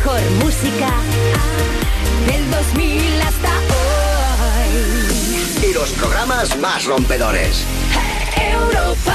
mejor música del 2000 hasta hoy. Y los programas más rompedores. Europa.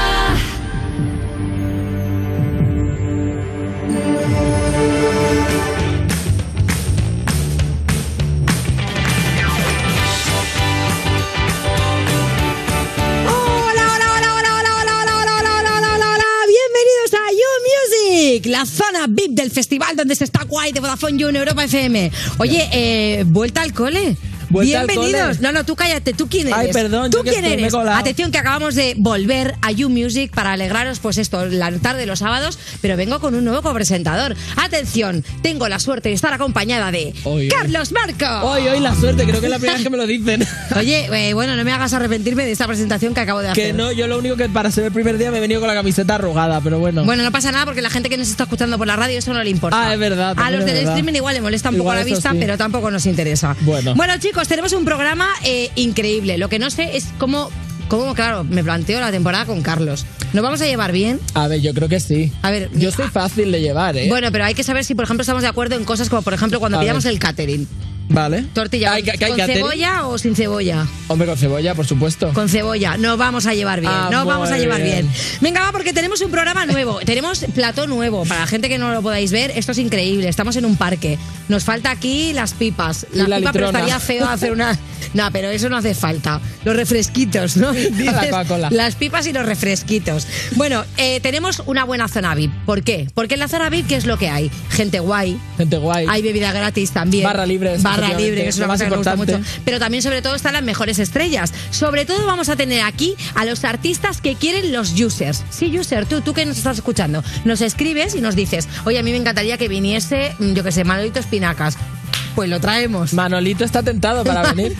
La zona VIP del festival donde se está guay de Vodafone You en Europa FM. Oye, ¿vuelta al cole? Bienvenidos. No, tú cállate. ¿Tú quién eres? Ay, perdón. ¿Tú quién eres? Atención, que acabamos de volver a You Music para alegraros, pues esto, la tarde de los sábados, pero vengo con un nuevo copresentador. Atención, tengo la suerte de estar acompañada de Carlos Marco. Hoy la suerte, creo que es la primera vez que me lo dicen. Oye, bueno, no me hagas arrepentirme de esta presentación que acabo de hacer. Que no, yo lo único que para ser el primer día me he venido con la camiseta arrugada, pero bueno. Bueno, no pasa nada porque la gente que nos está escuchando por la radio eso no le importa. Ah, es verdad. A los del streaming igual le molesta un poco la vista, pero tampoco nos interesa. Bueno, chicos, tenemos un programa increíble. Lo que no sé es cómo, claro, me planteo la temporada con Carlos. ¿Nos vamos a llevar bien? A ver, yo creo que sí. A ver, yo soy fácil de llevar, ¿eh? Bueno, pero hay que saber si, por ejemplo, estamos de acuerdo en cosas como, por ejemplo, cuando pillamos el catering. Vale. Tortilla, ¿con cebolla o sin cebolla? Hombre, con cebolla, por supuesto. Con cebolla, nos vamos a llevar bien, vamos a llevar bien. Venga, va, porque tenemos un programa nuevo, tenemos plató nuevo. Para la gente que no lo podáis ver, esto es increíble, estamos en un parque. Nos falta aquí las pipas. Las pipas, pero estaría feo hacer una... No, pero eso no hace falta. Los refresquitos, ¿no? Dices, las pipas y los refresquitos. Bueno, tenemos una buena zona VIP. ¿Por qué? Porque en la zona VIP, ¿qué es lo que hay? Gente guay. Hay bebida gratis también. Barra libre, que es una cosa que me gusta mucho. Pero también, sobre todo, están las mejores estrellas. Sobre todo, vamos a tener aquí a los artistas que quieren los users. Sí, user, tú que nos estás escuchando. Nos escribes y nos dices, oye, a mí me encantaría que viniese, yo qué sé, Manolito Espinacas. Pues lo traemos. Manolito está tentado para venir.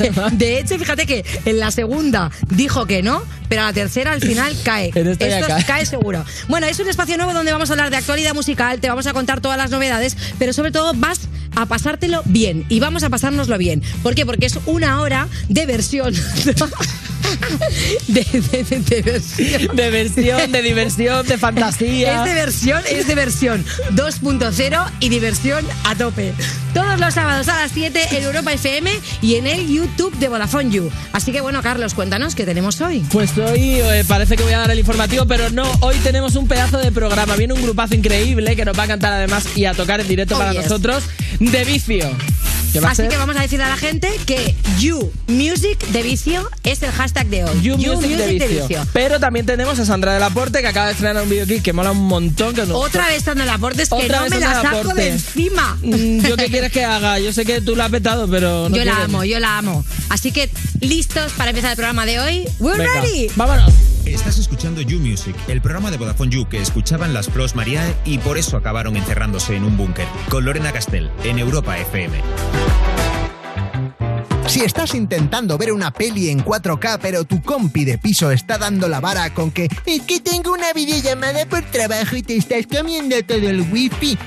De hecho, fíjate que en la segunda dijo que no, pero a la tercera al final cae. Esto cae seguro. Bueno, es un espacio nuevo donde vamos a hablar de actualidad musical, te vamos a contar todas las novedades, pero sobre todo vas a pasártelo bien. Y vamos a pasárnoslo bien. ¿Por qué? Porque es una hora de versión. De diversión, de fantasía. Es de versión 2.0 y diversión a tope. Todos los sábados a las 7 en Europa FM y en el YouTube de Vodafone You. Así que bueno, Carlos, cuéntanos qué tenemos hoy. Pues hoy parece que voy a dar el informativo, pero no, hoy tenemos un pedazo de programa. Viene un grupazo increíble que nos va a cantar además y a tocar en directo para nosotros, de Vicio. Así que vamos a decirle a la gente que You Music de Vicio es el hashtag de hoy. You Music de Vicio. Pero también tenemos a Sandra Delaporte, que acaba de estrenar un videoclip que mola un montón. Otra vez Sandra Delaporte, es que no me la saco de encima. ¿Yo qué quieres que haga? Yo sé que tú la has petado, pero no yo la amo. Así que, ¿listos para empezar el programa de hoy? We're ready. ¡Vámonos! Estás escuchando You Music, el programa de Vodafone You que escuchaban las Plos Mariae y por eso acabaron encerrándose en un búnker. Con Lorena Castell, en Europa FM. Si estás intentando ver una peli en 4K, pero tu compi de piso está dando la vara con que es que tengo una videollamada por trabajo y te estás comiendo todo el wifi,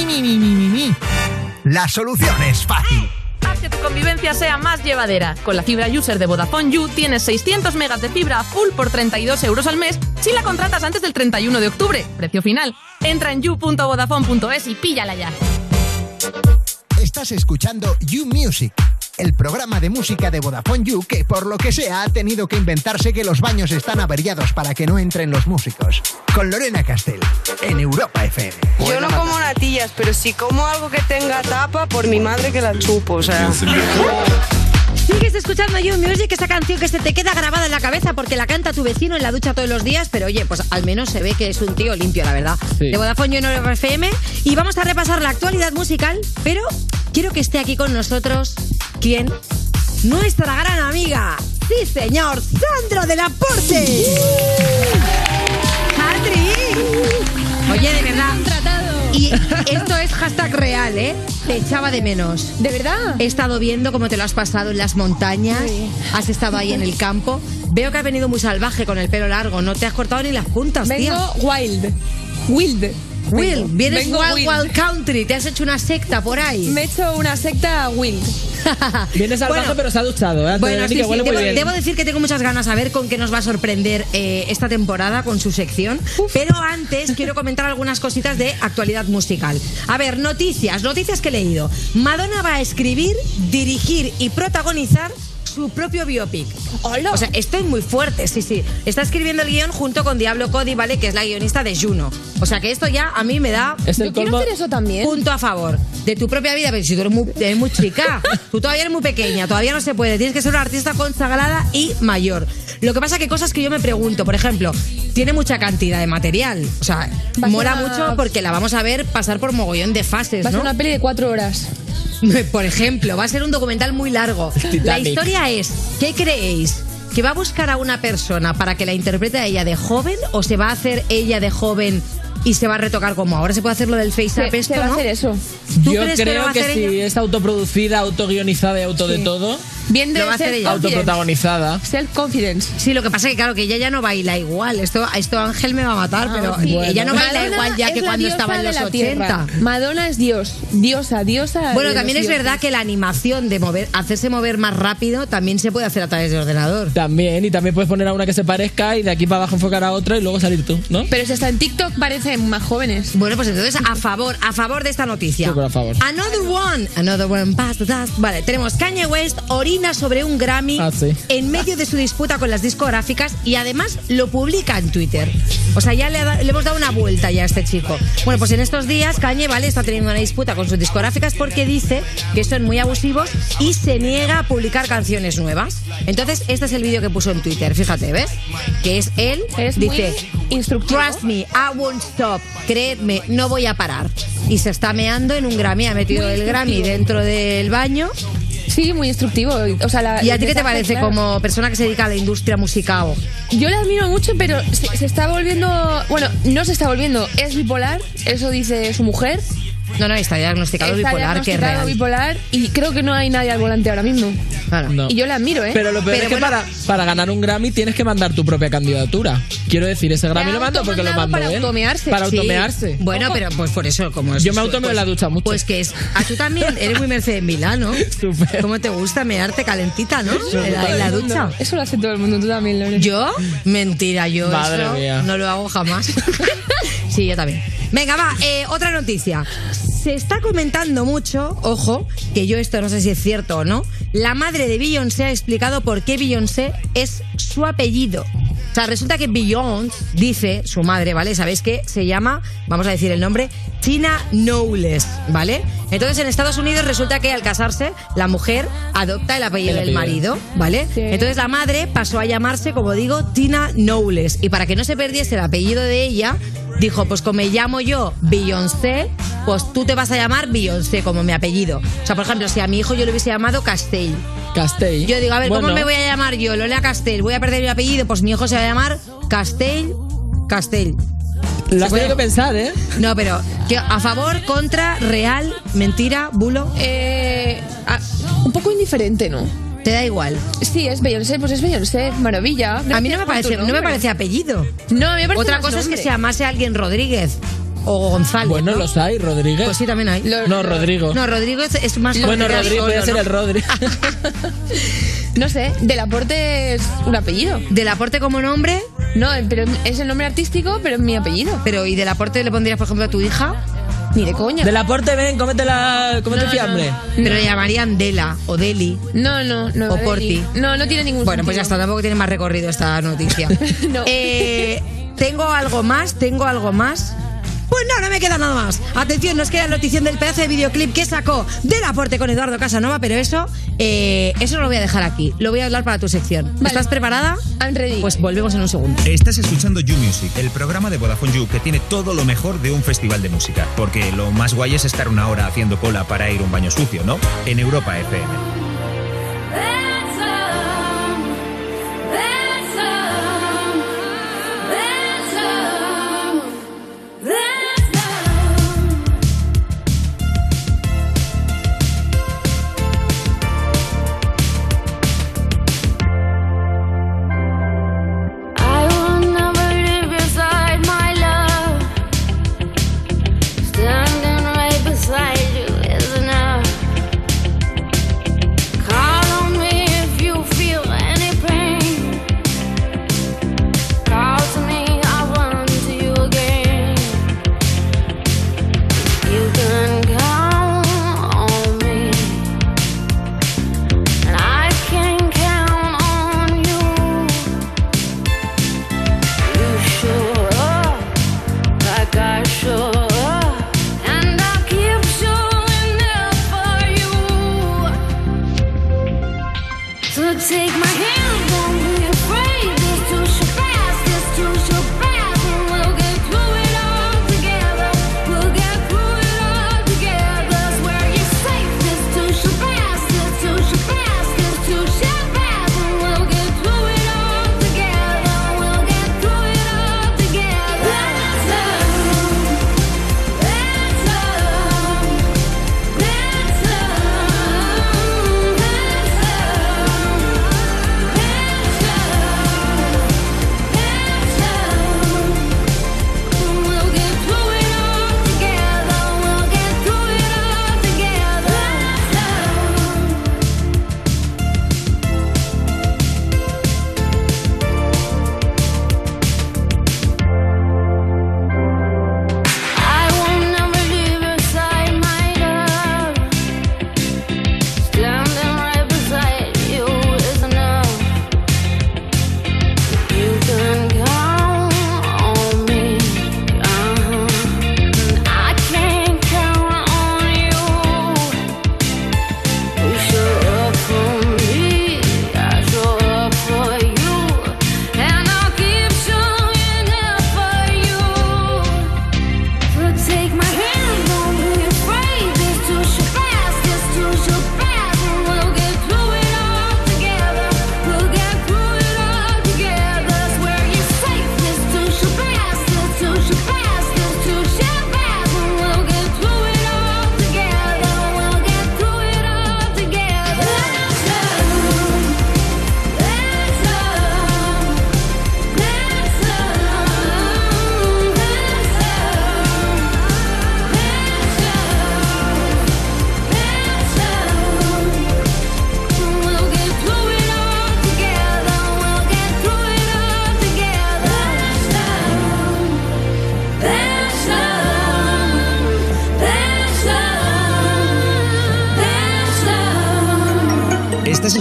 la solución es fácil. Haz que tu convivencia sea más llevadera. Con la fibra user de Vodafone You tienes 600 megas de fibra full por 32 euros al mes si la contratas antes del 31 de octubre. Precio final. Entra en you.vodafone.es y píllala ya. Estás escuchando You Music, el programa de música de Vodafone You que, por lo que sea, ha tenido que inventarse que los baños están averiados para que no entren los músicos. Con Lorena Castell, en Europa FM. Yo no como natillas, pero si como algo que tenga tapa, por mi madre que la chupo, o sea... Sigues escuchando You Music, esa canción que se te queda grabada en la cabeza porque la canta tu vecino en la ducha todos los días, pero oye, pues al menos se ve que es un tío limpio, la verdad. Sí. De Vodafone You en Europa FM. Y vamos a repasar la actualidad musical, pero quiero que esté aquí con nosotros, ¿quién? Nuestra gran amiga, sí señor, Sandra Delaporte. ¡Sandri! Oye, de verdad. Y esto es hashtag real, ¿eh? Te echaba de menos. ¿De verdad? He estado viendo cómo te lo has pasado en las montañas. Sí. Has estado ahí en el campo. Veo que has venido muy salvaje con el pelo largo. No te has cortado ni las puntas, Vengo tía. wild. Will, vienes Vengo Wild Will. Wild Country, te has hecho una secta por ahí. Me he hecho una secta Will. Vienes salvaje, Bueno. pero se ha duchado, ¿eh? Bueno, Dani, sí, que huele muy bien. debo decir que tengo muchas ganas a ver con qué nos va a sorprender esta temporada con su sección. Pero antes quiero comentar algunas cositas de actualidad musical. A ver, noticias que he leído. Madonna va a escribir, dirigir y protagonizar su propio biopic. ¡Hola! O sea, esto es muy fuerte, sí. Está escribiendo el guión junto con Diablo Cody, ¿vale? Que es la guionista de Juno. O sea, que esto ya a mí me da Es el Yo quiero colmo. hacer eso también. punto a favor de tu propia vida. Pero si tú eres muy chica, tú todavía eres muy pequeña, todavía no se puede. Tienes que ser una artista consagrada y mayor. Lo que pasa que cosas que yo me pregunto, por ejemplo, tiene mucha cantidad de material. O sea, Va a mola ser una- mucho porque la vamos a ver pasar por mogollón de fases, Va a ser ¿no? una peli de 4 horas. Por ejemplo, va a ser un documental muy largo. La Titanic. historia es, ¿qué creéis? ¿Que va a buscar a una persona para que la interprete a ella de joven o se va a hacer ella de joven y se va a retocar como ahora se puede hacer lo del face-up esto, Se va a ¿no? hacer eso. ¿Tú Yo crees que lo creo va a que hacer si ella? es autoproducida, autoguionizada y auto de todo, Bien de Lo va a hacer ella. autoprotagonizada. Self-confidence. Sí, lo que pasa es que claro, que ella ya no baila igual. Esto Ángel me va a matar, pero sí. ella no baila Madonna igual ya es que la cuando diosa estaba en de los la 80. tierra. Madonna es Dios. Diosa. Bueno, de también los es verdad dioses. que la animación de hacerse mover más rápido también se puede hacer a través de ordenador. También, y también puedes poner a una que se parezca y de aquí para abajo enfocar a otra y luego salir tú, ¿no? Pero si hasta en TikTok parecen más jóvenes. Bueno, pues entonces a favor de esta noticia. Yo creo a favor. Another one, pass the dust. Vale, tenemos Kanye West orina sobre un Grammy Ah, sí. en medio de su disputa con las discográficas y además lo publica en Twitter. O sea, ya le hemos dado una vuelta ya a este chico. Bueno, pues en estos días Kanye, ¿vale? Está teniendo una disputa con sus discográficas porque dice que son muy abusivos y se niega a publicar canciones nuevas. Entonces, este es el vídeo que puso en Twitter, fíjate, ¿ves? Que es él, Es dice... muy instructivo. Trust me, I won't stop. Creedme, no voy a parar. Y se está meando en un Grammy. Ha metido Muy el Grammy instructivo. dentro del baño. Sí, muy instructivo. O sea, ¿Y a ti qué te mensaje, parece claro. como persona que se dedica a la industria musical? Yo la admiro mucho, pero se está volviendo... Bueno, no se está volviendo. Es bipolar, eso dice su mujer. No, está diagnosticado Está bipolar, que es diagnosticado real. bipolar y creo que no hay nadie al volante ahora mismo. Claro. No. Y yo la admiro, ¿eh? Pero lo peor Pero es que bueno- para ganar un Grammy tienes que mandar tu propia candidatura. Quiero decir, ese Grammy Le ha lo mando porque lo automandado mando para él. automearse. Para Sí. automearse. Bueno, Ojo. pero pues por eso, como es. Yo me automeo en la ducha mucho. Pues que es. A tú también eres muy Mercedes Milán, ¿no? Súper. ¿Cómo te gusta mearte calentita, no? En la ducha. Eso lo hace todo el mundo, tú también, Lore. ¿Yo? Mentira, yo Madre eso mía. no lo hago jamás. Sí, yo también. Venga, va, otra noticia. Se está comentando mucho, ojo, que yo esto no sé si es cierto o no, la madre de Beyoncé ha explicado por qué Beyoncé es su apellido. O sea, resulta que Beyoncé, dice su madre, ¿vale? ¿Sabéis qué? Se llama, vamos a decir el nombre, Tina Knowles, ¿vale? Entonces en Estados Unidos resulta que al casarse la mujer adopta el apellido del marido, ¿vale? Sí. Entonces la madre pasó a llamarse, como digo, Tina Knowles. Y para que no se perdiese el apellido de ella, dijo, pues como me llamo yo Beyoncé, pues tú te vas a llamar Beyoncé como mi apellido. O sea, por ejemplo, si a mi hijo yo le hubiese llamado Castell, Castell. yo digo, a ver, ¿cómo Bueno, me voy a llamar yo? Lola Castell, voy a perder mi apellido, pues mi hijo se va a llamar Castell. Lo has tenido que pensar, ¿eh? No, pero a favor, contra, real, mentira, bulo, Un poco indiferente, ¿no? te da igual. Sí, es Beyoncé, pues es Beyoncé, maravilla. A mí no me Gracias por parece, tu no me nombre. parece apellido. No, a mí me parece Otra más cosa es que nombre. se llamase alguien Rodríguez o González. Bueno, ¿no? los hay, Rodríguez. Pues sí, también hay. No, Rodrigo. No, Rodrigo es más Bueno, complicado Rodrigo solo, puede ser ¿no? el Rodri. No sé, Delaporte es un apellido. Del aporte como nombre, No, pero es el nombre artístico, pero es mi apellido. pero ¿y del aporte le pondrías, por ejemplo, a tu hija? Ni de coña. Del aporte, ven, cómete No, fiambre. Pero le llamarían Dela o Deli. No. O Porti. No, no tiene ningún Bueno, pues ya sentido. está, tampoco tiene más recorrido esta noticia. No. Tengo algo más. Pues no me queda nada más. Atención, nos queda la noticia del pedazo de videoclip que sacó Del Aporte con Eduardo Casanova, pero eso no lo voy a dejar aquí. Lo voy a hablar para tu sección. Vale. ¿Estás preparada? I'm ready. Pues volvemos en un segundo. Estás escuchando You Music, el programa de Vodafone You que tiene todo lo mejor de un festival de música. Porque lo más guay es estar una hora haciendo cola para ir a un baño sucio, ¿no? En Europa FM. I will never live beside my love.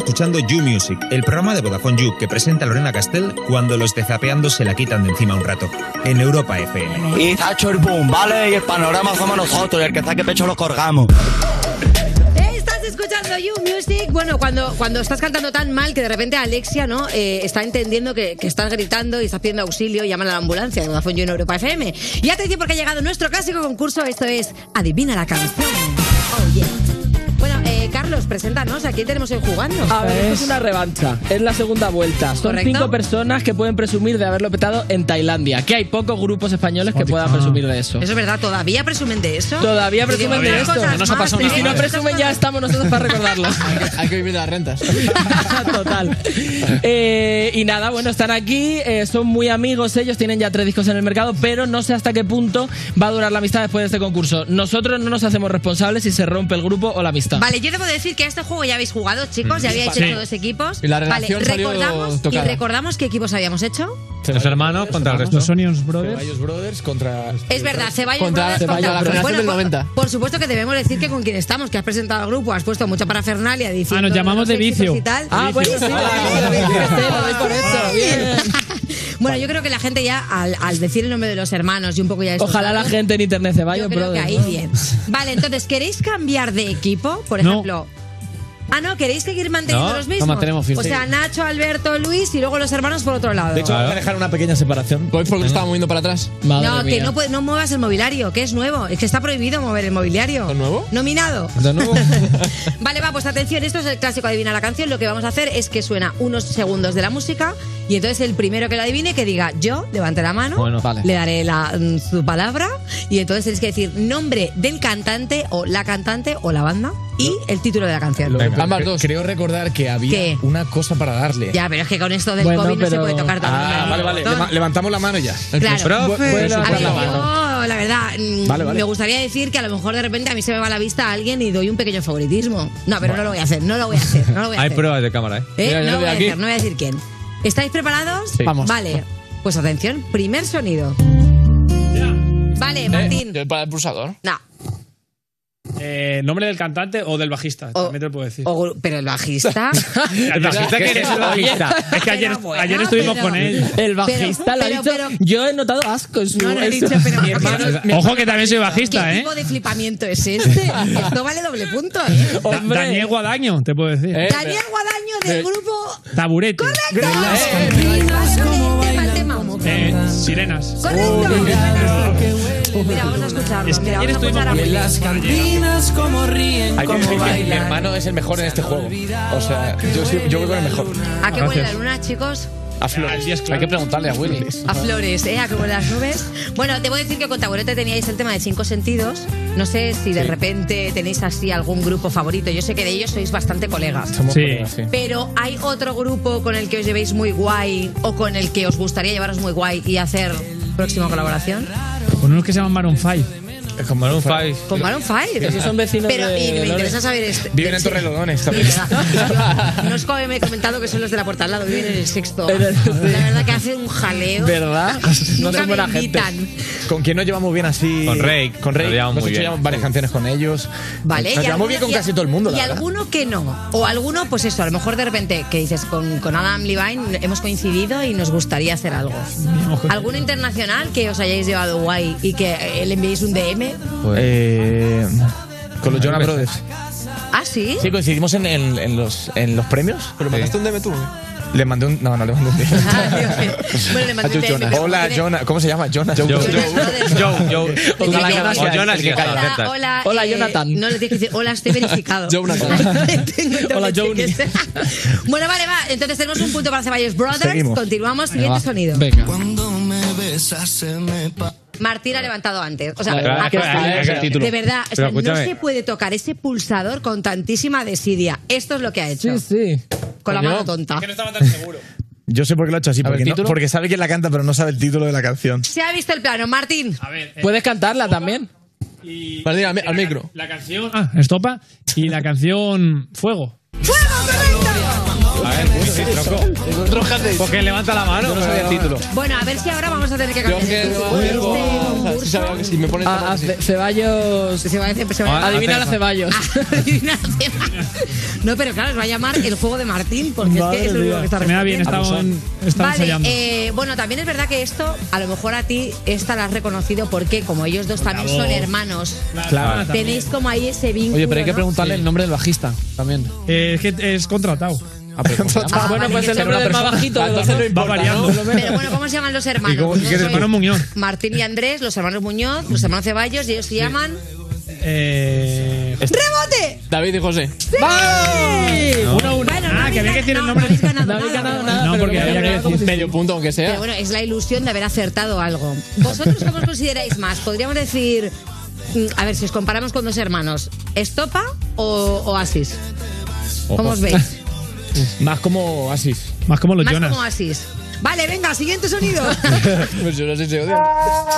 escuchando You Music, el programa de Vodafone You que presenta Lorena Castell cuando los de Zapeando se la quitan de encima un rato. En Europa FM. Y se ha hecho el boom, ¿vale? Y el panorama somos nosotros y el que saque pecho lo colgamos. Estás escuchando You Music. Bueno, cuando estás cantando tan mal que de repente Alexia, ¿no? Está entendiendo que estás gritando y estás pidiendo auxilio y llaman a la ambulancia de Vodafone You en Europa FM. Y atención porque ha llegado nuestro clásico concurso. Esto es Adivina la canción. Oh, yeah. Bueno, Carlos, preséntanos. ¿A quién tenemos hoy jugando? A ver, esto es una revancha. Es la segunda vuelta. Son ¿Correcto? 5 personas que pueden presumir de haberlo petado en Tailandia. Que hay pocos grupos españoles que puedan presumir de eso. Eso es verdad. ¿Todavía presumen de eso? Todavía presumen de esto. No nos ha pasado Y si no presumen, ya estamos nosotros para recordarlo. Hay que vivir de las rentas. Total. Y nada, bueno, están aquí. Son muy amigos ellos. Tienen ya 3 discos en el mercado. Pero no sé hasta qué punto va a durar la amistad después de este concurso. Nosotros no nos hacemos responsables si se rompe el grupo o la amistad. Vale, yo debo decir que a este juego ya habéis jugado, chicos. Ya habíais hecho 2 equipos. Y la relación salió tocada. recordamos qué equipos habíamos hecho. Los hermanos contra el resto. Los Onions Brothers. Ceballos Brothers contra... Es verdad, Ceballos contra Brothers contra... la generación del 90. Por supuesto que debemos decir que con quien estamos, que has presentado al grupo, has puesto mucha parafernalia diciendo... nos llamamos de vicio. Y tal. Bueno, sí. Bueno, yo creo que la gente ya, al decir el nombre de los hermanos y un poco ya... Ojalá la gente en internet Ceballos Yo creo Brothers. que ahí bien. Vale, entonces, ¿queréis cambiar de equipo? Por ejemplo... Ah, ¿no? ¿Queréis seguir manteniendo los mismos? No mantenemos firme. O sea, Nacho, Alberto, Luis y luego los hermanos por otro lado. De hecho, vamos a dejar una pequeña separación. ¿Pues porque lo estaba moviendo para atrás? No, que no muevas el mobiliario, que es nuevo. Es que está prohibido mover el mobiliario. ¿Es nuevo? Nominado. ¿De nuevo? Vale, va, pues atención, esto es el clásico Adivina la canción. Lo que vamos a hacer es que suena unos segundos de la música y entonces el primero que lo adivine que diga yo, levante la mano, le daré su palabra y entonces tenéis que decir nombre del cantante o la banda y el título de la canción. Ambas dos. Creo recordar que había una cosa para darle. Ya, pero es que con esto del COVID no se puede tocar todo. Vale. Levantamos la mano ya. Claro. A ver, yo, la verdad, me gustaría decir que a lo mejor de repente a mí se me va a la vista a alguien y doy un pequeño favoritismo. No, pero no lo voy a hacer. Hay pruebas de cámara, Mira, no voy a decir quién. ¿Estáis preparados? Sí. Vamos. Vale, pues atención, primer sonido. Vale, Martín. Para el pulsador. No. ¿Nombre del cantante o del bajista? También te lo puedo decir. Pero el bajista. ¿El bajista quién es el bajista? Es que ayer estuvimos con él. El bajista lo ha dicho. Yo he notado asco en su. No he dicho, pero. Ojo que también soy bajista, ¿Qué tipo de flipamiento es este? Esto vale doble punto, ¿eh? Daniel Guadaño, te puedo decir. Daniel Guadaño del grupo. Taburete. ¡Correcto! Sirenas. ¡Correcto! Mira, vamos a escucharlo. Mira, vamos a escuchar a En las cantinas como ríen, como bailan. Mi hermano es el mejor en este juego. O sea, yo voy con el mejor. ¿A qué huele la luna, chicos? A flores. Hay que preguntarle a Willy. A flores, ¿eh? ¿A qué huele las nubes? Bueno, te voy a decir que con Taburete teníais el tema de 5 sentidos. No sé si de repente tenéis así algún grupo favorito. Yo sé que de ellos sois bastante colegas. Somos colegas, sí. Pero ¿hay otro grupo con el que os llevéis muy guay o con el que os gustaría llevaros muy guay y hacer próxima colaboración? Con unos que se llaman Maroon 5. Con Maroon 5. Con Maroon 5. Esos son vecinos pero, de y me Lores. interesa saber Viven en Torrelodones también. No es como me he comentado que son los de la puerta al lado, viven en el sexto. La verdad que hacen un jaleo. ¿Verdad? Nunca son me buena gente. invitan. ¿Con quién nos llevamos bien así? Con Rake. Con Rake. Nos llevamos Hemos muy hecho bien. ya varias canciones con ellos. Vale, Nos llevamos bien con casi todo el mundo, y la verdad. alguno que no. O alguno, pues eso, a lo mejor de repente, que dices, con Adam Levine hemos coincidido y nos gustaría hacer algo. ¿Alguno internacional que os hayáis llevado guay y que le enviéis un DM? Con los Jonas Brothers. ¿Ah, sí? Sí, coincidimos en los premios. ¿Pero mandaste un DM tú? Le mandé un... No le mandé un DM. Bueno, le mandé un DM. Jonas. Hola, Jonas. ¿Cómo se llama? Jonas. Joe. Hola, Jonathan. No le tienes que decir, hola, estoy verificado. Hola, Joni. Bueno, vale, va. Entonces tenemos un punto para Ceballos Brothers. Seguimos. Continuamos. Siguiente sonido. Venga. Cuando me besas se me Martín ha levantado antes. O sea, Título. de verdad, o sea, Pero no escúchame. se puede tocar ese pulsador con tantísima desidia. Esto es lo que ha hecho. Sí. Con la mano tonta. Que no estaba tan seguro. Yo sé por qué lo ha hecho así. A ver, Porque, ¿título? porque sabe quién la canta, pero no sabe el título de la canción. Se ha visto el plano. Martín. A ver. ¿Puedes cantarla también? Vale, al micro. La canción. Estopa. Y la canción Fuego. ¡Fuego, correcto! Porque levanta la mano. Yo no sabía el título. Bueno, a ver si ahora vamos a tener que cambiar el título. Si me pones Ceballos. Adivina la Ceballos. Adivina la Ceballos. No, pero claro, os va a llamar el juego de Martín, porque es que es lo único que está Me da bien, respondiendo. estaba Vale, ensayando. bueno, también es verdad que esto, a lo mejor a ti, esta la has reconocido porque como ellos dos también son hermanos, Claro. tenéis como ahí ese vínculo. Oye, pero hay que ¿no? preguntarle el nombre del bajista también. Es que es contratado. Bueno, pues el nombre del más bajito de los dos. Va variando. Pero bueno, ¿cómo se llaman los hermanos? ¿Y cómo- No qué sois hermano Muñoz? Martín y Andrés, los hermanos Muñoz, los hermanos Ceballos, y ellos se llaman... ¡Rebote! David y José. ¡Sí! No. Bueno, que había que decir el nombre. No habéis ganado No habéis ganado nada. No, pero porque había que decir medio punto, aunque sea. Pero bueno, es la ilusión de haber acertado algo. ¿Vosotros cómo os consideráis más? Podríamos decir... A ver, si os comparamos con dos hermanos, ¿Estopa o Oasis? ¿Cómo os veis? Más como Oasis. Más como los Más Jonas. como Oasis. Vale, venga, siguiente sonido. Pues yo no sé si se odian.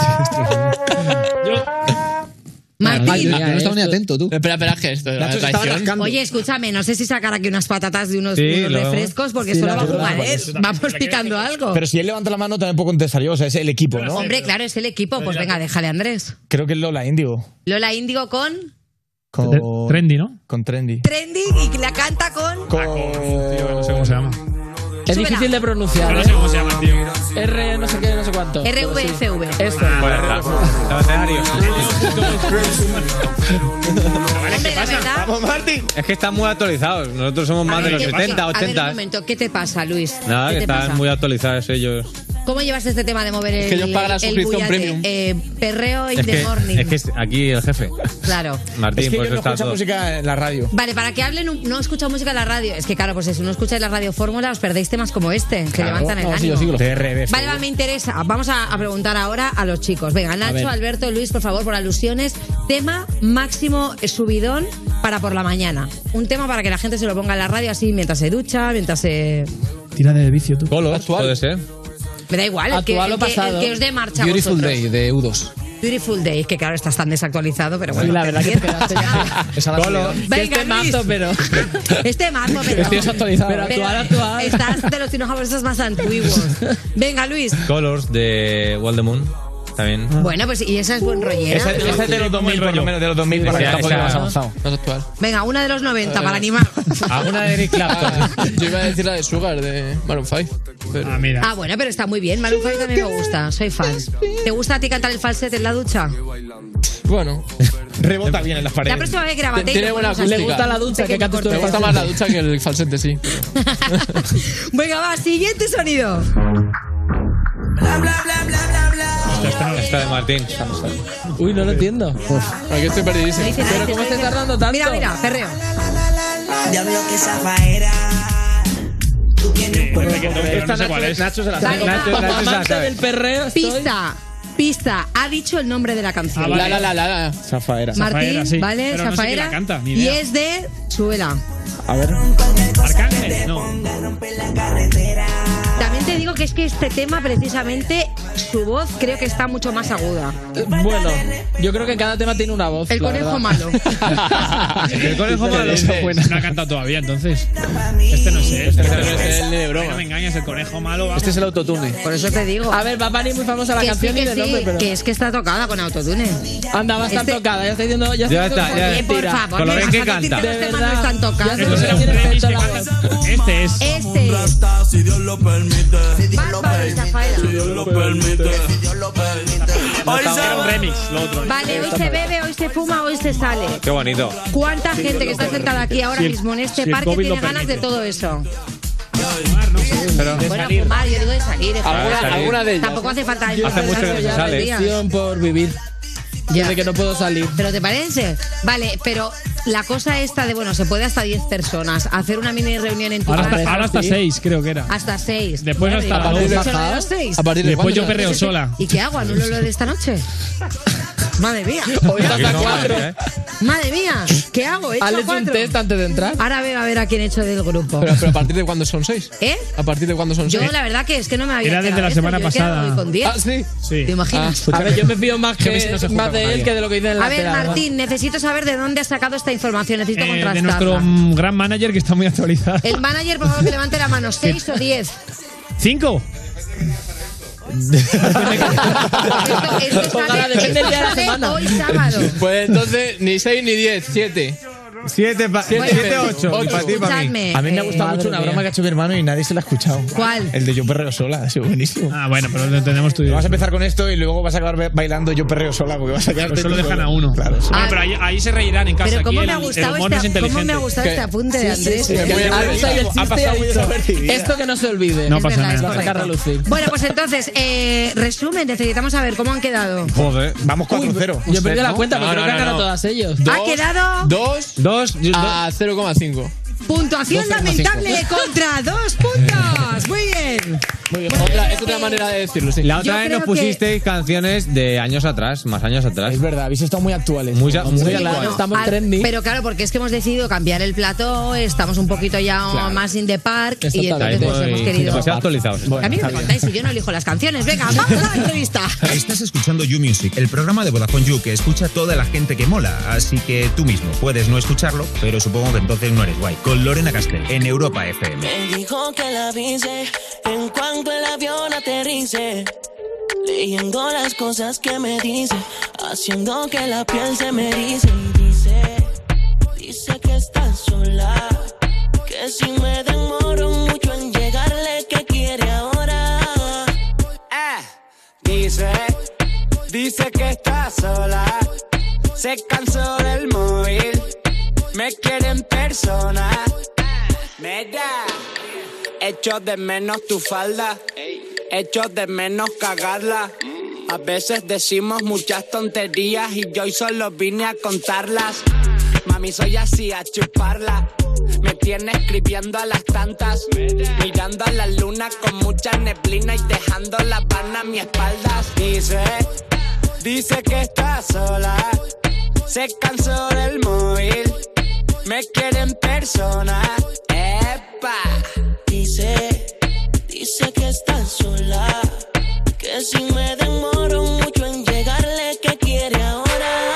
Martín. Yo no estaba ni atento, tú. Espera, ¿qué es esto? ¿La traición? Oye, escúchame, no sé si sacar aquí unas patatas de unos, Sí, unos lo vemos. refrescos, porque Sí, solo la va a verdad, jugar, porque ¿eh? eso Vamos picando algo. Pero si él levanta la mano, también puedo contestar yo. O sea, es el equipo, ¿no? Hombre, claro, es el equipo. Pues venga, déjale, Andrés. Creo que es Lola Índigo. Lola Índigo con Trendy, ¿no? Con Trendy. Trendy y la canta con... No sé cómo se llama. Es difícil de pronunciar. No sé cómo se llama, tío. R no sé qué, no sé cuánto. RVFV. Esto. Hombre, la verdad... Vamos, Martín. Es que están muy actualizados. Nosotros somos más de los 70, A ver, 80. un momento, ¿qué te pasa, Luis? Nada, ¿Qué que te están pasa? muy actualizados ellos. ¿Cómo llevas este tema de mover el, que ellos pagan la el suscripción bullate? premium. Perreo in Es the que, morning. es que es aquí el jefe. Claro. Martín, Es que pues yo no está escucho todo. música en la radio. Vale, para que hablen, no escuchan música en la radio. Es que claro, pues si no escucháis la radio fórmula, os perdéis temas como este, que levantan el ánimo. Vale, va, me interesa. Vamos a preguntar ahora a los chicos. Venga, ver. Nacho, Alberto, Luis, por favor, por alusiones. Tema máximo subidón para por la mañana. Un tema para que la gente se lo ponga en la radio así mientras se ducha, mientras se... Tira de vicio, tú. Colors, puede ser. Me da igual, el que os dé marcha a Beautiful vosotros. Day de U2. Beautiful Day, que claro, estás tan desactualizado, pero bueno. Sí, la verdad que te quedaste Esa Venga, mazo, pero... Este mazo, pero... Estoy desactualizado. Pero actual. Estás de los dinosaurios más antiguos. Venga, Luis. Colors de Wall the Moon. También. Bueno, pues y esa es buen rollera. Esa es de los 2000, por lo menos, de los 2000 para que está un poquito más avanzado. Más actual. Venga, una de los 90 para animar. Alguna de Eric Clapton. Yo iba a decir la de Sugar de Maroon 5. Pero... mira. Ah, bueno, pero está muy bien. Maroon 5 también me gusta. Soy fan. ¿Te gusta a ti cantar el falsete en la ducha? Bueno. Rebota bien en las La paredes. próxima vez grábate. Tiene buena acústica. Le gusta la ducha, que cantes tú Me el gusta más la ducha que el falsete, sí. Venga, va, siguiente sonido. Esta de Martín. Uy, no lo entiendo. Aquí estoy perdidísimo. Pero ¿cómo estáis tardando tanto? Mira, mira, perreo. Diablo que zafaera. Tú tienes un No sé cuál es. Nacho se la Vale, sabe. va. Nacho se la sabe. del perreo estoy... Pista. Ha dicho el nombre de la canción. Ah, vale. La. Zafaera. Martín, Zafaera, sí. ¿vale? Pero no sé Zafaera. quién la canta, ni Y idea. es de Suela. A ver. Arcángel, no. También te digo que es que este tema, precisamente, su voz creo que está mucho más aguda. Bueno, yo creo que cada tema tiene una voz. El la conejo verdad. malo. El conejo malo. No ha cantado todavía, entonces. Este no sé. Este no es el ni de broma. No me engañes, el conejo malo. Vamos. Este es el autotune. Por eso te digo. A ver, Bad Bunny es muy famosa la Que canción sí, y que de sí, nombre, pero... que es que está tocada con autotune. Anda, va a estar Este- tocada, ya está diciendo... Ya está, ya. Oye, por Mentira. favor, Con lo me bien vas que a decir canta. que los De temas verdad. no están Ya tocados. sé Esto que será un tiene remix efecto que la canta. voz. Este es. Este es. Si Dios lo permite. Bad Bunny, Zafaera. Si Dios lo permite. Si Dios lo permite. Hoy se Era un va. remix, lo otro. Vale, hoy se bebe, hoy se fuma, hoy se sale. Qué bonito. ¿Cuánta gente que está sentada aquí ahora Si el- mismo en este si el parque COVID tiene lo ganas de permite. todo eso? Pero Bueno, fumar, yo digo de salir. de Alguna- fumar. alguna de ellas. Tampoco hace falta Hace mucho que no se ya sale. los días. Acción por vivir. Desde que no puedo salir. ¿Pero te parece? Vale, pero la cosa esta de, bueno, se puede hasta 10 personas, hacer una mini reunión en tu Ahora casa. hasta 6, creo que era. Hasta 6. Después hasta ¿y la cuándo una. has hecho lo de los 6? A partir de Después yo cuándo? perreo sola. ¿Y qué hago? ¿Anulo lo de esta noche? Madre mía. Hoy está hasta 4. Madre mía, ¿qué hago? ¿He hecho Hazles 4? un test antes de entrar. Ahora veo a ver a quién he hecho del grupo. Pero ¿a partir de cuándo son 6? ¿Eh? ¿A partir de cuándo son 6? Yo la verdad que es que no me había Era desde la enterado semana de esto. Yo he quedado pasada. hoy con 10. Ah, sí. Sí. ¿Te imaginas? A ver, yo me fío más, Que a ver si no se junta más de con él nadie. que de lo que dice en la A ver, lateral. Martín, necesito saber de dónde has sacado esta información. Necesito De contrastarla. nuestro gran manager que está muy actualizado. El manager, por favor, que levante la mano. 6 o 10. 5. Esto Ojalá, depende del día de la semana. Hoy sábado. Pues entonces, ni 6 ni 10, 7. 7, 8. Ocho. Para ti, para mí. Escuchadme. A mí me ha gustado madre mucho una mía. broma que ha hecho mi hermano y nadie se la ha escuchado. ¿Cuál? El de Yo perreo sola, ha sido buenísimo. Ah, bueno, pero lo entendemos tú y yo. Vas a empezar con esto y luego vas a acabar bailando Yo perreo sola porque vas a quedarte. Pues solo tú dejan solo. a uno. Claro, sí. Bueno, pero ahí se reirán en casa. Pero Aquí cómo me ha el gustado humor no es este, cómo me ha inteligente. gustado este apunte de Andrés. sí, ¿eh? muy Ha bien. visto ahí el Ha chiste y pasado ha muy dicho, desapercibida. esto que no se olvide. No Es pasa verdad, nada. Lo saca a relucir. Bueno, pues entonces, resumen, necesitamos saber cómo han quedado. Joder. Vamos 4-0. Yo perdí la ¿no? cuenta, pero No, creo no, que han no, ganado no. todas ellos. Ha quedado 2 a 0,5. puntuación 12,5. lamentable contra 2 puntos. Muy bien. Muy bien. Es otra manera de decirlo, sí. La otra Yo vez creo nos pusisteis canciones de años atrás, más años atrás. Es verdad, habéis estado muy actuales. Muy Sí, actuales. bueno, estamos trending. pero claro, porque es que hemos decidido cambiar el plató, estamos un poquito ya más in the park y entonces pues hemos querido... Demasiado actualizados. A mí me contáis si yo no elijo las canciones. Venga, vamos a la entrevista. Estás escuchando You Music, el programa de Vodafone You que escucha toda la gente que mola. Así que tú mismo puedes no escucharlo, pero supongo que entonces no eres guay. Con Lorena Castell en Europa FM. Me dijo que la avise en cuanto el avión aterrice. Leyendo las cosas que me dice, haciendo que la piel se me erice. Y dice que está sola, que si me demoro mucho en llegarle, que quiere ahora. Dice que está sola, se cansó del móvil, me quiere en persona. Mira, echo de menos tu falda, echo de menos cagarla. A veces decimos muchas tonterías y yo hoy solo vine a contarlas. Mami, soy así, a chuparla. Me tiene escribiendo a las tantas, mirando a la luna con mucha neblina y dejando la Habana a mi espalda. Dice que está sola, se cansó del móvil, me quiere en persona. Epa. Dice que está sola, que si me demoro mucho en llegarle, que quiere ahora.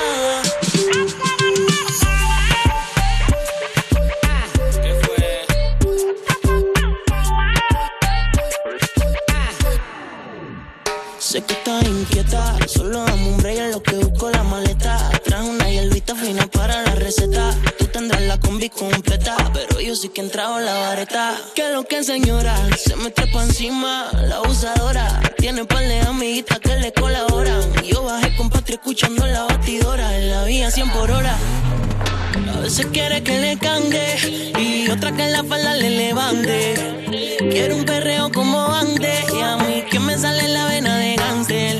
Sé que estás inquieta, solo dame un break en lo que busco la maleta. Traje una hierbita fina para la receta. Tú tendrás la combi completa, pero yo sí que he entrado en la vareta. Que lo que señora, se me trepa encima la abusadora. Tiene par de amiguitas que le colaboran. Yo bajé con Patria escuchando la batidora. En la vía 100 por hora. A veces quiere que le cangue y otra que en la falda le levante. Quiero un perreo como antes y a mí que me sale la vena de gánster.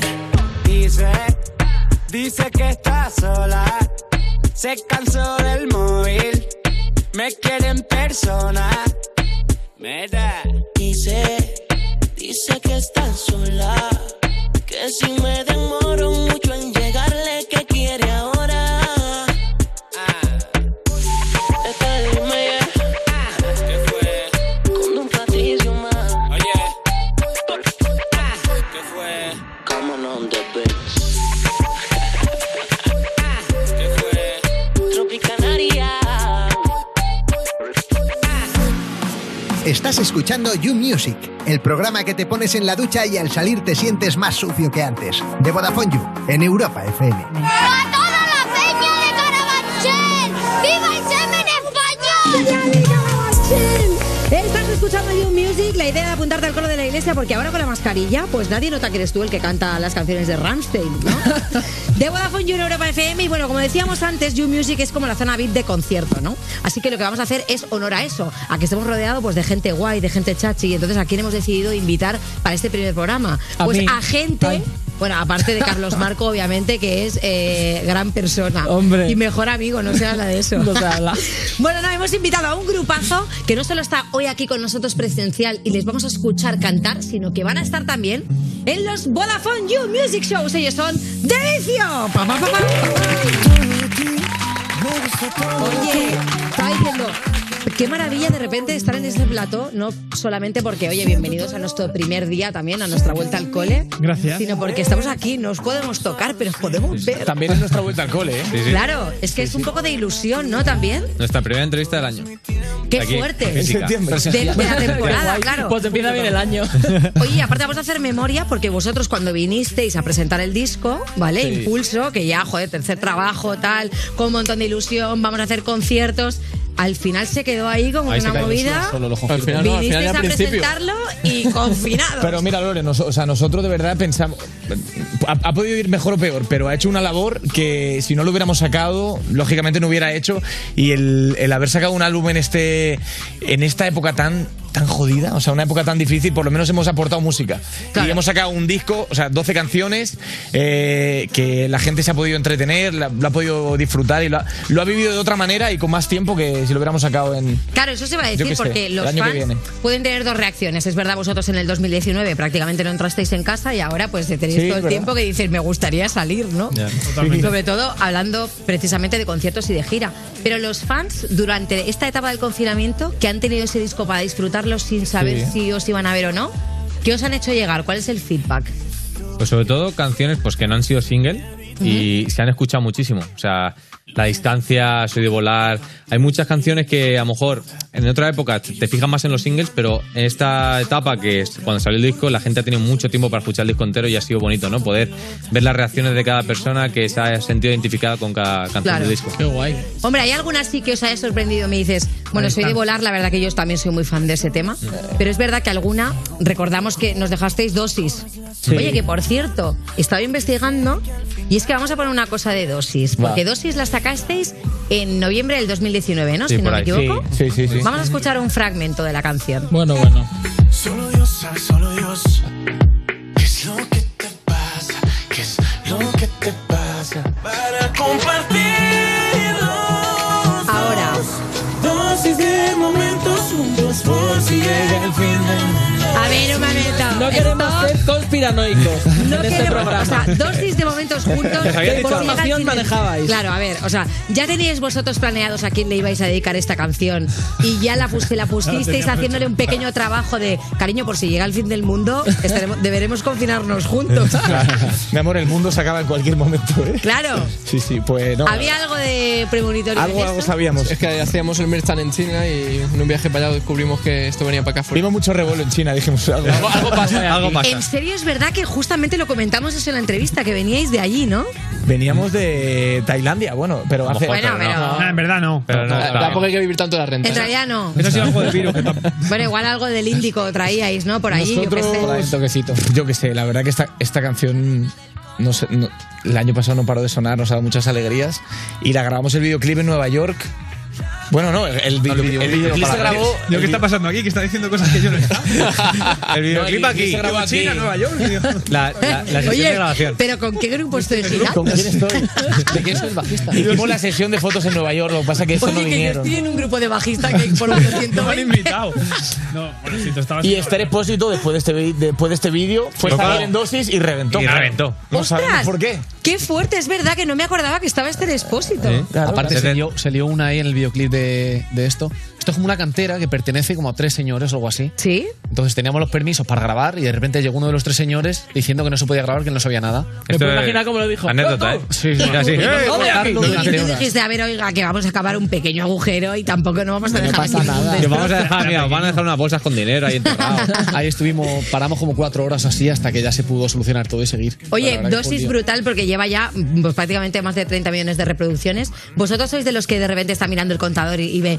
Dice que está sola, se cansó del móvil, me quiere en persona. Mira. Dice que está sola, que si me demoro mucho en llegarle, que quiere ahora. ¿Qué fue? Con un Patricio más. Oye. ¿Qué fue? Come on the beach. ¿Qué fue? Tropicanaria. Estás escuchando You Music, el programa que te pones en la ducha y al salir te sientes más sucio que antes. De Vodafone You, en Europa FM. ¡A toda la peña de Carabanchel! ¡Viva el semen español! Estás escuchando You Music, la idea de apuntarte al coro de la iglesia, porque ahora con la mascarilla, pues nadie nota que eres tú el que canta las canciones de Rammstein, ¿no? De Vodafone You en Europa FM, y bueno, como decíamos antes, You Music es como la zona VIP de concierto, ¿no? Así que lo que vamos a hacer es honor a eso, a que estemos rodeados pues de gente guay, de gente chachi, y entonces ¿a quién hemos decidido invitar para este primer programa? Pues a gente Bueno, aparte de Carlos Marco, obviamente, que es gran persona. Hombre. Y mejor amigo, no se habla de eso. No se habla. Bueno, no, hemos invitado a un grupazo que no solo está hoy aquí con nosotros presencial y les vamos a escuchar cantar, sino que van a estar también en los Vodafone You Music Shows. Ellos son Delicio. Pa, pa, pa, pa. Oye, estaba diciendo, qué maravilla de repente estar en este plató, no solamente porque, oye, bienvenidos a nuestro primer día también, a nuestra vuelta al cole. Gracias. Sino porque estamos aquí, no os podemos tocar, pero os podemos ver. También es nuestra vuelta al cole, ¿eh? Sí, sí. Claro, es que es un poco de ilusión, ¿no? También. Nuestra primera entrevista del año. Qué Aquí, fuerte. en septiembre. De la temporada, claro. Pues empieza bien el año. Oye, aparte vamos a hacer memoria porque vosotros cuando vinisteis a presentar el disco, ¿vale? Sí. Impulso, que ya, joder, tercer trabajo, tal, con un montón de ilusión, vamos a hacer conciertos. Al final se quedó ahí como Ahí se una cayó, movida. solo lo confirmo. Al final no, al Vinisteis final ya a al principio. presentarlo y confinados. Pero mira, Lore, nosotros de verdad pensamos. Ha podido ir mejor o peor, pero ha hecho una labor que si no lo hubiéramos sacado, lógicamente no hubiera hecho. Y el haber sacado un álbum en esta época tan jodida, o sea, una época tan difícil, por lo menos hemos aportado música. Claro. Y hemos sacado un disco, o sea, 12 canciones que la gente se ha podido entretener, lo ha podido disfrutar y lo ha vivido de otra manera y con más tiempo que si lo hubiéramos sacado en... Claro, eso se va a decir porque los fans pueden tener dos reacciones. Es verdad, vosotros en el 2019 prácticamente no entrasteis en casa y ahora pues tenéis todo el ¿verdad? tiempo que dices, me gustaría salir, ¿no? Yeah. Sobre todo hablando precisamente de conciertos y de gira. Pero los fans, durante esta etapa del confinamiento, que han tenido ese disco para disfrutarlo sin saber si os iban a ver o no, ¿qué os han hecho llegar? ¿Cuál es el feedback? Pues sobre todo canciones pues que no han sido single y se han escuchado muchísimo. O sea, La Distancia, Soy de Volar. Hay muchas canciones que a lo mejor en otra época te fijas más en los singles, pero en esta etapa, que es cuando salió el disco, la gente ha tenido mucho tiempo para escuchar el disco entero y ha sido bonito, ¿no? Poder ver las reacciones de cada persona que se ha sentido identificada con cada canción del disco. Qué guay. Hombre, ¿hay alguna sí que os haya sorprendido? Me dices, bueno, Soy de Volar, la verdad que yo también soy muy fan de ese tema, pero es verdad que alguna, recordamos que nos dejasteis Dosis. Sí. Oye, que por cierto, estaba investigando y es que vamos a poner una cosa de Dosis, porque Dosis la sacasteis en noviembre del 2019, ¿no? Sí, si no me equivoco. Sí. Vamos a escuchar un fragmento de la canción. Bueno. Solo Dios sabe, solo Dios. ¿Qué es lo que te pasa? ¿Qué es lo que te pasa? Para compartirlo. Ahora. Dosis de momentos juntos por si llega el fin del mundo. A ver, un momento. No queremos ser conspiranoicos No en este queremos, programa. o sea, dosis de momentos juntos. ¿Qué por información llegar al fin manejabais? Claro, a ver, o sea, ya teníais vosotros planeados a quién le ibais a dedicar esta canción y ya la pusisteis haciéndole un pequeño trabajo de cariño, por si llega el fin del mundo, deberemos confinarnos juntos. Mi amor, el mundo se acaba en cualquier momento, ¿eh? Claro. Sí, pues no. ¿Había algo de premonitorio? Algo sabíamos. Es que hacíamos el merchan en China y en un viaje para allá descubrimos que esto venía para acá. Vimos mucho revuelo en China, dijimos algo pasa. Algo pasa. En serio, es verdad que justamente lo comentamos eso en la entrevista, que veníais de allí, ¿no? Veníamos de Tailandia, bueno, pero hace... Bueno, pero... No, en verdad no. Pero no, Tampoco hay que vivir tanto la renta. En realidad no. Eso ha sido algo del virus. Bueno, igual algo del Índico traíais, ¿no? Por allí, Nosotros, yo qué sé. un toquecito. Yo qué sé, la verdad que esta canción... No sé, el año pasado no paró de sonar, nos ha dado muchas alegrías y la grabamos el videoclip en Nueva York. Bueno, no, el videoclip se grabó... ¿Qué está pasando aquí? Que está diciendo cosas que yo no está. El videoclip aquí. Se grabó en China, Nueva York. La sesión Oye, de grabación. ¿pero con qué grupo estoy girando? ¿Con quién estoy? ¿De quién soy el bajista? Hicimos la sesión de fotos en Nueva York, lo que pasa es que eso no Oye, que yo vinieron. estoy en un grupo de bajistas que por lo que siento... No me han invitado. No, bueno, si tú estabas... Y Esther Expósito, después de este vídeo, fue a salir en Dosis y reventó. No sabemos por qué. Qué fuerte, es verdad que no me acordaba que estaba Esther Expósito. Claro, Aparte se lió una ahí en el videoclip de esto. Esto es como una cantera que pertenece como a 3 señores o algo así. ¿Sí? Entonces teníamos los permisos para grabar y de repente llegó uno de los 3 señores diciendo que no se podía grabar, que no sabía nada. ¿Me puedo imaginar cómo lo dijo? Anécdota, ¿eh? Sí. Así. Y tú dijiste, a ver, oiga, que vamos a acabar un pequeño agujero y tampoco no vamos a dejar pasa ningún nada. de Que estos. vamos a dejar, mira, van a dejar unas bolsas con dinero ahí enterrado. Ahí paramos como 4 horas así hasta que ya se pudo solucionar todo y seguir. Oye, La verdad que fue Dosis un día. brutal porque lleva ya pues, prácticamente más de 30 millones de reproducciones. ¿Vosotros sois de los que de repente está mirando el contador y ve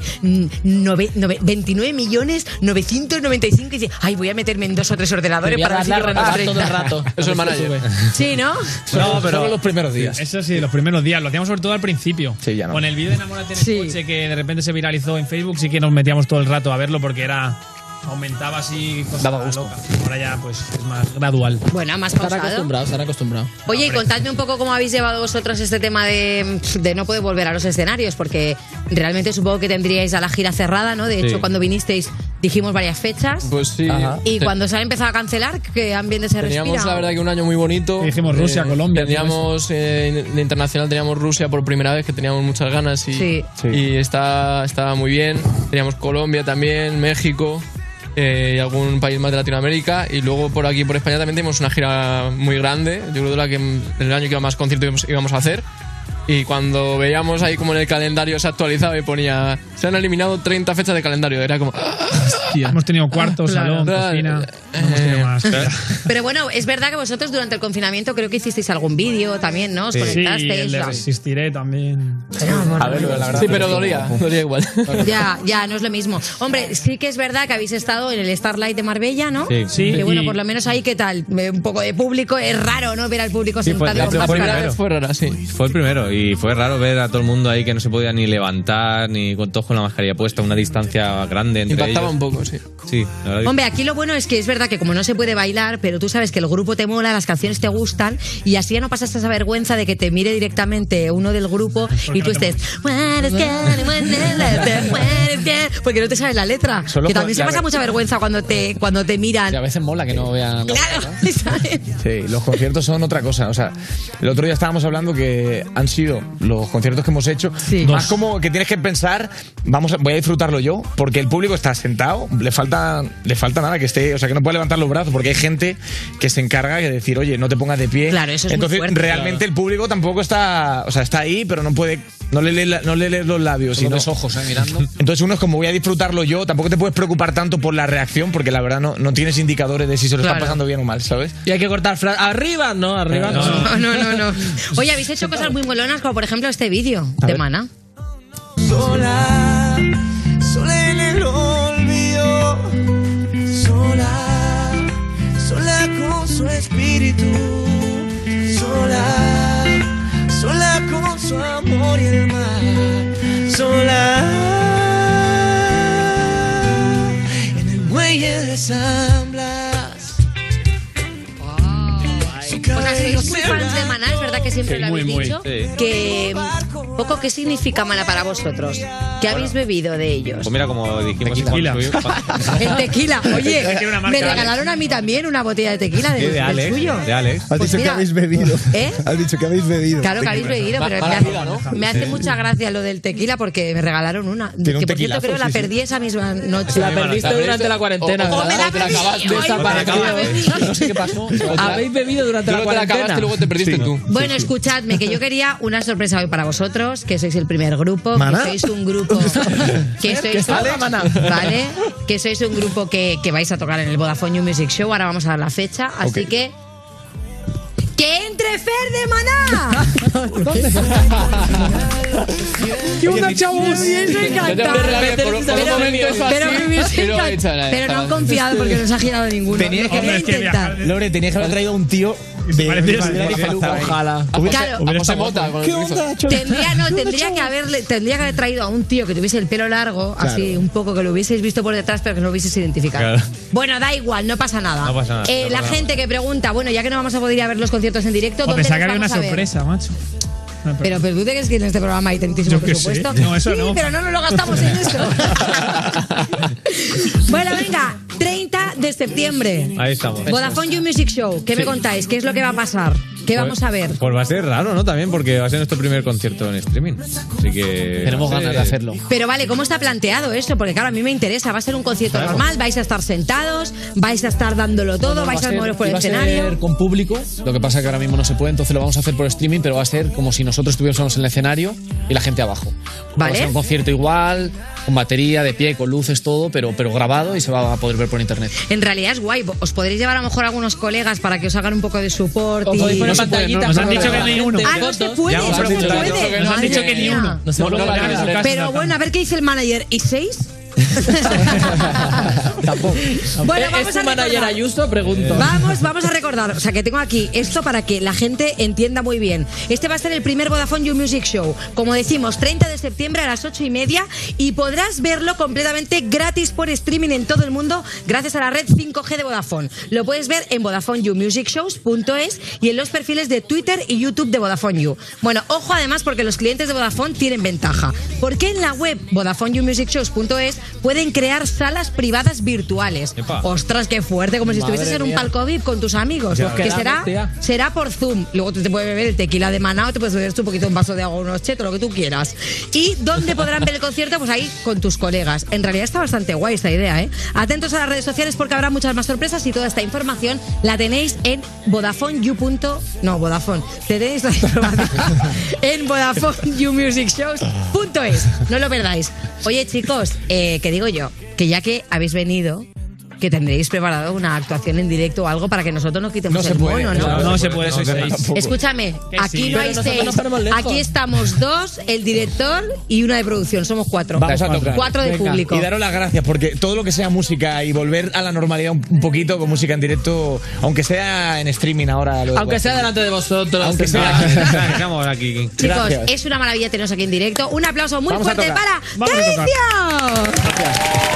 29.995 y dice, ay, voy a meterme en 2 o 3 ordenadores para ver si llego a los 30? todo el rato. Eso es el manager. Sí, ¿no? No, pero los primeros días. Eso sí, los primeros días. Lo hacíamos sobre todo al principio. Sí, ya no. Con el vídeo de Enamórate en el coche que de repente se viralizó en Facebook, sí que nos metíamos todo el rato a verlo porque era aumentaba así cosas Daba gusto. locas. Ahora ya pues es más gradual. Bueno, más pausado. Estará acostumbrado. Oye, y contadme un poco cómo habéis llevado vosotros este tema de no poder volver a los escenarios, porque realmente supongo que tendríais a la gira cerrada, ¿no? De hecho, Sí. cuando vinisteis dijimos varias fechas. Pues sí. Y cuando se han empezado a cancelar, ¿qué ambiente se Teníamos respira? la verdad que un año muy bonito. Dijimos Rusia, Colombia, Teníamos de internacional teníamos Rusia por primera vez, que teníamos muchas ganas y estaba muy bien. Teníamos Colombia también, México y algún país más de Latinoamérica, y luego por aquí por España también tenemos una gira muy grande. Yo creo de la que en el año que iba más conciertos íbamos a hacer. Y cuando veíamos ahí como en el calendario se actualizaba y ponía se han eliminado 30 fechas de calendario, era como Hemos tenido cuarto, salón, cocina. Hemos tenido más. Pero bueno, es verdad que vosotros durante el confinamiento creo que hicisteis algún vídeo también, ¿no? Os Sí, conectasteis. el de o sea, Resistiré también. A ver, la verdad. Sí, pero dolía igual. Ya, no es lo mismo. Hombre, sí que es verdad que habéis estado en el Starlight de Marbella, ¿no? Sí. Que bueno, Y- por lo menos ahí, ¿qué tal? Un poco de público. Es raro, ¿no? Ver al público sentado con máscara. Fue rara, sí. Fue el primero y fue raro ver a todo el mundo ahí que no se podía ni levantar, ni con todos con la mascarilla puesta, una distancia grande entre Impactaba ellos. un poco, sí. Sí, la verdad que- Hombre, aquí lo bueno es que es verdad que como no se puede bailar, pero tú sabes que el grupo te mola, las canciones te gustan, y así ya no pasas esa vergüenza de que te mire directamente uno del grupo y tú estés porque no te sabes la letra. Solo que también se ya pasa ves. mucha vergüenza cuando te miran. Y a veces mola que no vean. Claro, ¿sabes? Sí, los conciertos son otra cosa. O sea, el otro día estábamos hablando que han sido los conciertos que hemos hecho más como que tienes que pensar, voy a disfrutarlo yo, porque el público está sentado, le falta nada que esté, o sea, que no puede levantar los brazos, porque hay gente que se encarga de decir, oye, no te pongas de pie. Claro, eso es muy Entonces, fuerte. realmente el público tampoco está, o sea, está ahí, pero no puede, no le lees los labios, Solo sino ves ojos, mirando. Entonces uno es como voy a disfrutarlo yo, tampoco te puedes preocupar tanto por la reacción, porque la verdad no tienes indicadores de si se lo Claro. está pasando bien o mal, ¿sabes? Y hay que cortar arriba, no, arriba no. No. Oye, habéis hecho cosas muy molonas, como por ejemplo este vídeo de Maná. Sola en el olvido, sola con su espíritu, sola con su amor y el mar, sola en el muelle de San Blas. O sea, sois muy fans de Maná, es verdad que siempre Sí, lo habéis muy. dicho. Sí. Que poco, ¿qué significa Maná para vosotros? ¿Qué habéis bebido de ellos? Pues mira, como dijimos, Tequila. El tequila. Oye, Tiene una marca, me Alex. regalaron a mí también una botella de tequila Sí, de del Alex, suyo. de Alex. Has Pues dicho que mira, habéis bebido. ¿Eh? Has dicho que habéis bebido. Claro que habéis bebido, pero Mala vida, ¿no? me hace mucha gracia lo del tequila porque me regalaron una. Tiene un Que por cierto tequilazo, creo la sí, sí. perdí esa misma noche. La perdiste durante la cuarentena. O me la te la perdí. acabaste, Ay, desapareció. me la perdí. No sé qué pasó. Habéis bebido durante Yo la creo que te la acabaste cuarentena. y luego te perdiste tú. Bueno, escuchadme, que yo quería una sorpresa hoy para vosotros, que sois el primer grupo, ¿Maná? que sois un grupo que sois ¿vale? Que sois un grupo que vais a tocar en el Vodafone You Music Show, ahora vamos a dar la fecha, así que entre Fer de Maná. ¿Qué onda, chavos? Me hubiese encantado. Pero no han confiado porque no se ha girado ninguno. Tenías Lo quería intentar. Lore, tenías que haber traído un tío de Ojalá. Claro, José Mota con el chorizo. tendría que haber traído a un tío que tuviese el pelo largo, así un poco, que lo hubieseis visto por detrás, pero que no lo hubieseis identificado. Claro. Bueno, da igual, no pasa nada. No pasa nada, no La pasa gente que pregunta, bueno, ya que no vamos a poder ir a ver los conciertos en directo, O ¿dónde pensaba nos que había una vamos a ver? sorpresa, macho. Pero tú te crees que en este programa hay tantísimo Yo qué presupuesto. sé. No, eso sí, no. pero no nos lo gastamos en eso. Bueno, venga, 30 de septiembre. Ahí estamos. Vodafone You Music Show. ¿Qué me contáis? ¿Qué es lo que va a pasar? ¿Qué vamos a ver? Pues va a ser raro, ¿no? También porque va a ser nuestro primer concierto en streaming. Así que... Tenemos ganas de hacerlo. Pero vale, ¿cómo está planteado eso? Porque claro, a mí me interesa. ¿Va a ser un concierto normal? ¿Vais a estar sentados? ¿Vais a estar dándolo todo? ¿Vais a moveros por el va a escenario? ser con público, lo que pasa es que ahora mismo no se puede, entonces lo vamos a hacer por streaming, pero va a ser como si nosotros estuviésemos en el escenario y la gente abajo. Vale. Va a ser un concierto igual, con batería, de pie, con luces, todo, pero grabado y se va a poder ver por internet. En realidad es guay. Os podréis llevar a lo mejor a algunos colegas para que os hagan un poco de support. Os podéis poner No se puede, pantallitas. Nos han dicho que ni uno. Ah, no se puede, Ya no se puede. Nos han dicho que ni uno. No, Luego no, lo verán en su casa. Pero bueno, a ver qué dice el manager. ¿Y 6? Tampoco. Bueno, vamos ¿Es tu a manager recordar. Ayuso? Pregunto. Vamos a recordar, o sea, que tengo aquí esto para que la gente entienda muy bien. Este va a ser el primer Vodafone You Music Show. Como decimos, 30 de septiembre a las 8:30 y podrás verlo completamente gratis por streaming en todo el mundo gracias a la red 5G de Vodafone. Lo puedes ver en VodafoneYouMusicShows.es y en los perfiles de Twitter y YouTube de Vodafone You. Bueno, ojo además porque los clientes de Vodafone tienen ventaja. Porque en la web VodafoneYouMusicShows.es pueden crear salas privadas virtuales. Epa. Ostras, qué fuerte, como si Madre estuvieses en un mía. palco VIP con tus amigos. Ya. Que Quedamos, tía. será por Zoom. Luego tú te puedes beber el tequila de Manao, te puedes beber un poquito un vaso de agua, unos chetos, lo que tú quieras. ¿Y dónde podrán ver el concierto? Pues ahí con tus colegas. En realidad está bastante guay esta idea, ¿eh? Atentos a las redes sociales porque habrá muchas más sorpresas y toda esta información la tenéis en Vodafone. Tenéis la información en VodafoneYouMusicShows.es. No lo perdáis. Oye, chicos, que digo yo, que ya que habéis venido, que tendréis preparado una actuación en directo o algo para que nosotros nos quitemos el mono, ¿no? No se puede, sois 6. Escúchame, Que aquí sí. no Pero hay nosotros 6. nos ponemos lejos. Aquí estamos 2, el director y una de producción. Somos 4. Vamos a tocar. 4 de Venga. público. Y daros las gracias porque todo lo que sea música y volver a la normalidad un poquito con música en directo, aunque sea en streaming ahora. Aunque sea delante de vosotros. Aunque sea. Estamos aquí. Chicos, Gracias. es una maravilla teneros aquí en directo. Un aplauso muy Vamos a fuerte tocar. para Vamos a tocar. Delicio.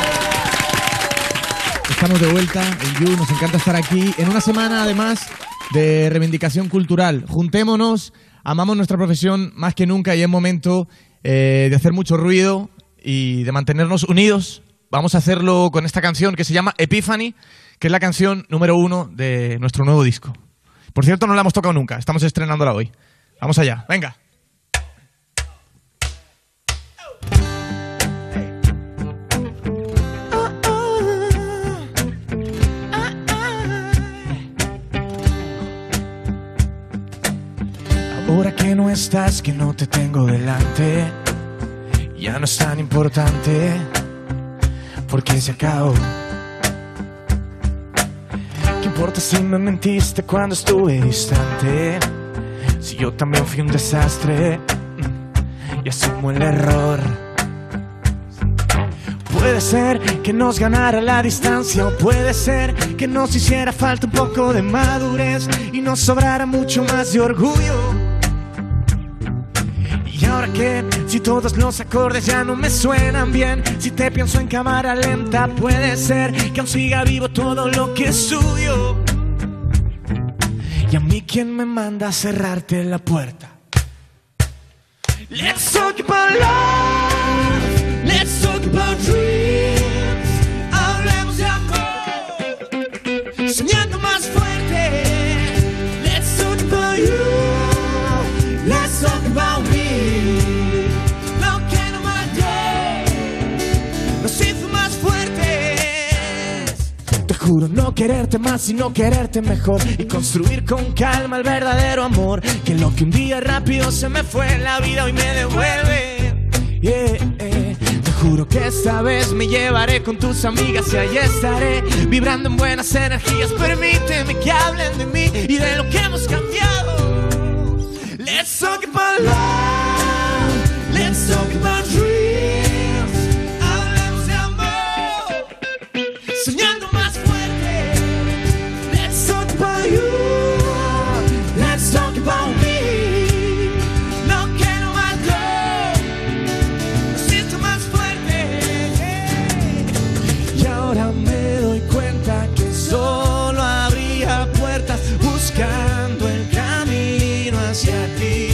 Estamos de vuelta en You, nos encanta estar aquí en una semana además de reivindicación cultural. Juntémonos, amamos nuestra profesión más que nunca y es momento de hacer mucho ruido y de mantenernos unidos. Vamos a hacerlo con esta canción que se llama Epiphany, que es la canción número 1 de nuestro nuevo disco. Por cierto, no la hemos tocado nunca, estamos estrenándola hoy. Vamos allá, venga. Ahora que no estás, que no te tengo delante, ya no es tan importante, porque se acabó. ¿Qué importa si me mentiste cuando estuve distante? Si yo también fui un desastre y asumo el error. Puede ser que nos ganara la distancia, o puede ser que nos hiciera falta un poco de madurez y nos sobrara mucho más de orgullo. ¿Y ahora qué? Si todos los acordes ya no me suenan bien, si te pienso en cámara lenta, puede ser que aún siga vivo todo lo que es suyo. Y a mí, ¿quién me manda a cerrarte la puerta? Let's talk about love, let's talk about dreams. Hablemos de amor, soñando más fuerte. Let's talk about you, let's talk about me. Lo que no maté nos hizo más fuertes. Te juro no quererte más y no quererte mejor, y construir con calma el verdadero amor, que lo que un día rápido se me fue en la vida hoy me devuelve. Te juro que esta vez me llevaré con tus amigas y ahí estaré vibrando en buenas energías. Permíteme que hablen de mí y de lo que hemos cambiado. Let's talk about love, let's talk about dreams. Hablemos de amor, soñando más fuerte. Let's talk about you, let's talk about me. Lo que no mató nos hizo más fuerte. Y ahora me doy cuenta que solo habría puertas buscando el camino hacia ti.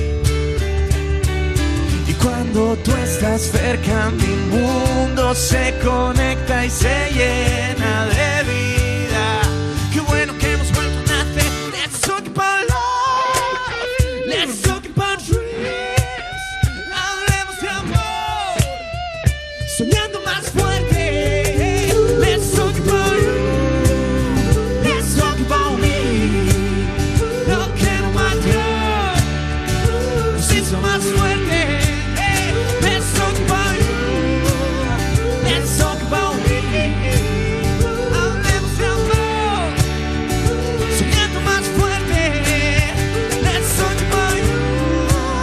Y cuando tú estás cerca, mi mundo se conecta y se llena de vida. Qué bueno que hemos vuelto a nacer. Let's talk about love, let's talk about dreams. Hablemos de amor, soñando más fuerte. Let's talk about you, let's talk about me. Lo que no mató nos hizo más fuerte. Let's talk about you, let's talk about me. Hablemos de amor, soñando más fuerte. Let's talk about you,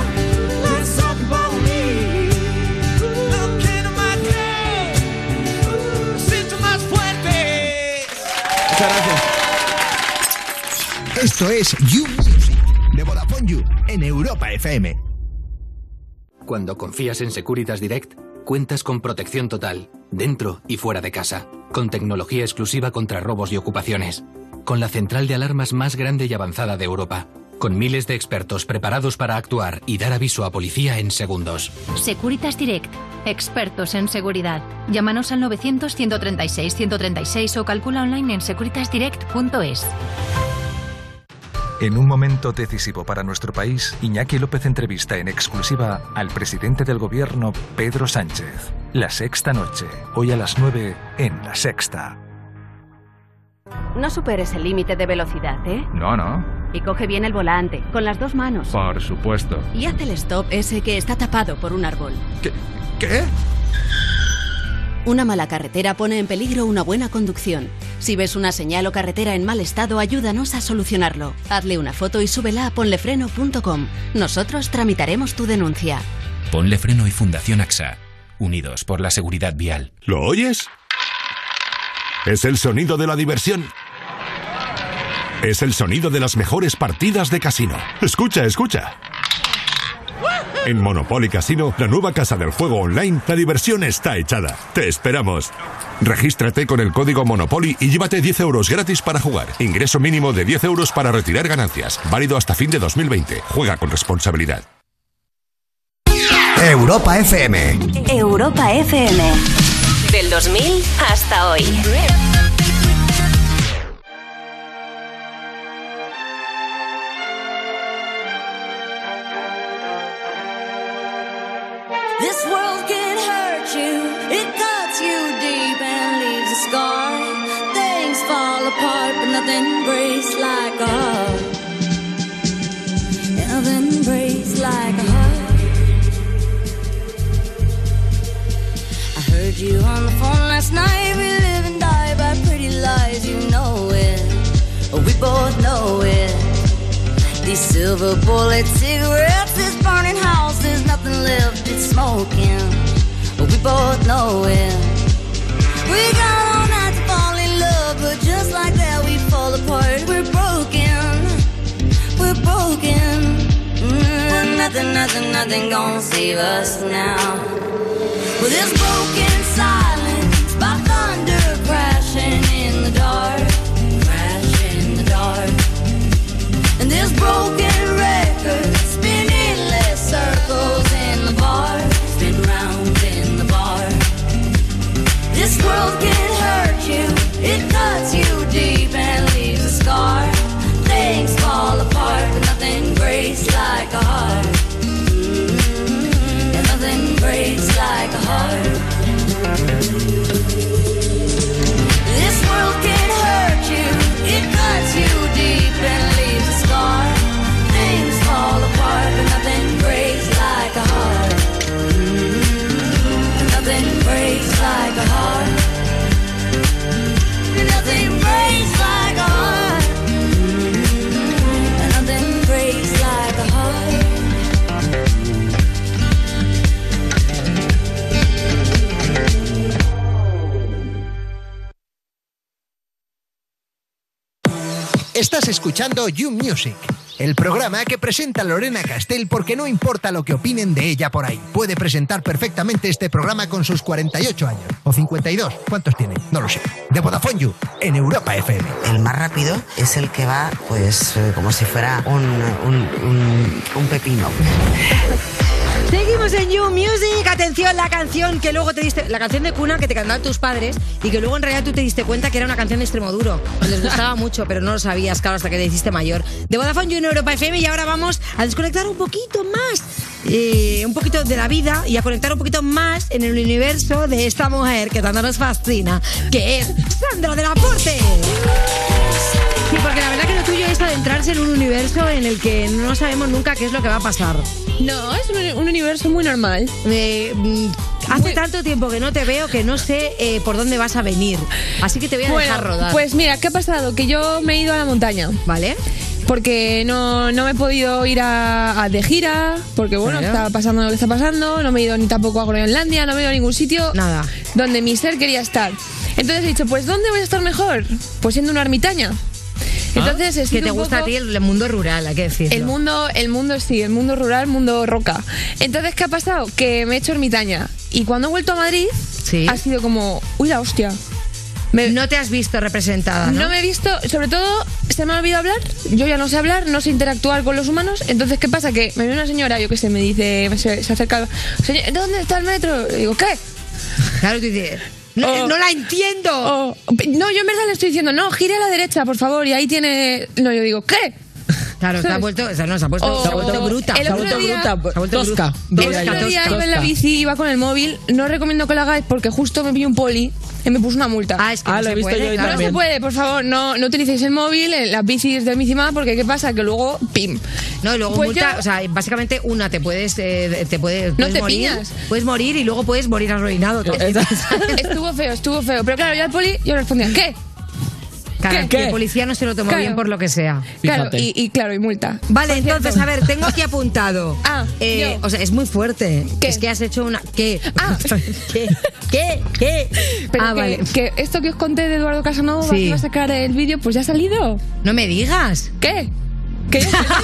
Esto es You Music de Vodafone You en Europa FM. Cuando confías en Securitas Direct, cuentas con protección total, dentro y fuera de casa, con tecnología exclusiva contra robos y ocupaciones, con la central de alarmas más grande y avanzada de Europa, con miles de expertos preparados para actuar y dar aviso a policía en segundos. Securitas Direct, expertos en seguridad. Llámanos al 900-136-136 o calcula online en securitasdirect.es. En un momento decisivo para nuestro país, Iñaki López entrevista en exclusiva al presidente del gobierno, Pedro Sánchez. La Sexta Noche, hoy a las 9 en La Sexta. No superes el límite de velocidad, ¿eh? No. Y coge bien el volante, con las dos manos. Por supuesto. Y haz el stop ese que está tapado por un árbol. ¿Qué? Una mala carretera pone en peligro una buena conducción. Si ves una señal o carretera en mal estado, ayúdanos a solucionarlo. Hazle una foto y súbela a ponlefreno.com. Nosotros tramitaremos tu denuncia. Ponle Freno y Fundación AXA. Unidos por la seguridad vial. ¿Lo oyes? Es el sonido de la diversión. Es el sonido de las mejores partidas de casino. Escucha. En Monopoly Casino, la nueva casa del juego online, la diversión está echada. Te esperamos. Regístrate con el código Monopoly y llévate 10 euros gratis para jugar. Ingreso mínimo de 10 euros para retirar ganancias. Válido hasta fin de 2020. Juega con responsabilidad. Europa FM. Europa FM. Del 2000 hasta hoy. This world can hurt you, it cuts you deep and leaves a scar. Things fall apart, but nothing breaks like a heart. Nothing breaks like a heart. I heard you on the phone last night. We live and die by pretty lies, you know it. We both know it. These silver bullet cigarettes, this burning house, there's nothing left, it's smoking. We both know it. We got all night to fall in love, but just like that we fall apart. We're broken, we're broken. Nothing gonna save us now. Well, this broken silence by thunder crashing in the dark, crashing in the dark. And this broken record spin endless circles in the bar, spin round in the bar. This world can hurt you, it cuts you deep and leaves a scar. Things fall apart, but nothing breaks like a heart. And nothing breaks like a heart. This world can hurt you, it cuts you deep and leaves a scar. Things fall apart, but nothing breaks like a heart. Nothing breaks like a heart. Nothing breaks like a heart. Nothing breaks like a heart. Estás escuchando You Music, el programa que presenta Lorena Castell porque no importa lo que opinen de ella por ahí. Puede presentar perfectamente este programa con sus 48 años. O 52. ¿Cuántos tiene? No lo sé. De Vodafone You, en Europa FM. El más rápido es el que va, pues, como si fuera un pepino. Seguimos en You Music. Atención, la canción que luego te diste, la canción de cuna que te cantaban tus padres y que luego en realidad tú te diste cuenta que era una canción de Extremoduro. Les gustaba mucho, pero no lo sabías, claro, hasta que te hiciste mayor. De Vodafone You en Europa FM. Y ahora vamos a desconectar un poquito más, un poquito de la vida y a conectar un poquito más en el universo de esta mujer que tanto nos fascina, que es Sandra de la Porte. Sí, porque la verdad que lo tuyo es adentrarse en un universo en el que no sabemos nunca qué es lo que va a pasar. No, es un universo muy normal. Hace tanto tiempo que no te veo que no sé por dónde vas a venir. Así que te voy a dejar rodar. Pues mira, ¿qué ha pasado? Que yo me he ido a la montaña. ¿Vale? Porque no me he podido ir de gira, porque bueno, está pasando lo que está pasando. No me he ido ni tampoco a Groenlandia, no me he ido a ningún sitio. Nada. Donde mi ser quería estar. Entonces he dicho, pues ¿dónde voy a estar mejor? Pues siendo una ermitaña. Entonces, he que sido te un gusta a poco- ti el mundo rural, hay que decirlo. El mundo rural, mundo roca. Entonces, ¿qué ha pasado? Que me he hecho ermitaña. Y cuando he vuelto a Madrid, ha sido como, uy, la hostia. No te has visto representada, ¿no? No me he visto, sobre todo, se me ha olvidado hablar. Yo ya no sé hablar, no sé interactuar con los humanos. Entonces, ¿qué pasa? Que me viene una señora, yo qué sé, me dice, se acerca, "Señor, ¿dónde está el metro?" Y digo, ¿qué? Claro, tú dices, no la entiendo. No, yo en verdad le estoy diciendo, no, gire a la derecha, por favor. Y ahí tiene. No, yo digo, ¿qué? Claro, se ha vuelto bruta. El otro día- tosca. El otro día iba en la bici, iba con el móvil. No os recomiendo que lo hagáis porque justo me pilló un poli y me puso una multa. Es que no lo se he visto puede, yo hoy claro. No se puede, por favor, no utilicéis el móvil en las bicis de Micimá porque ¿qué pasa? Que luego, ¡pim! No, y luego Pues multa, yo- o sea, básicamente una te puedes No te morir, pillas. puedes morir y luego puedes morir arruinado. Estuvo feo. Pero claro, yo al poli, yo le respondía, ¿qué? Claro, que el policía no se lo tomó Claro. bien por lo que sea. Claro, y claro, y multa. Vale, Por entonces, cierto. a ver, tengo aquí apuntado. Yo. O sea, es muy fuerte. Es que has hecho una. ¿Qué? ¿Qué? Pero Ah, que, vale. que esto que os conté de Eduardo Casanova, Sí. que iba a sacar el vídeo, pues ya ha salido. No me digas. ¿Qué? ¿Qué?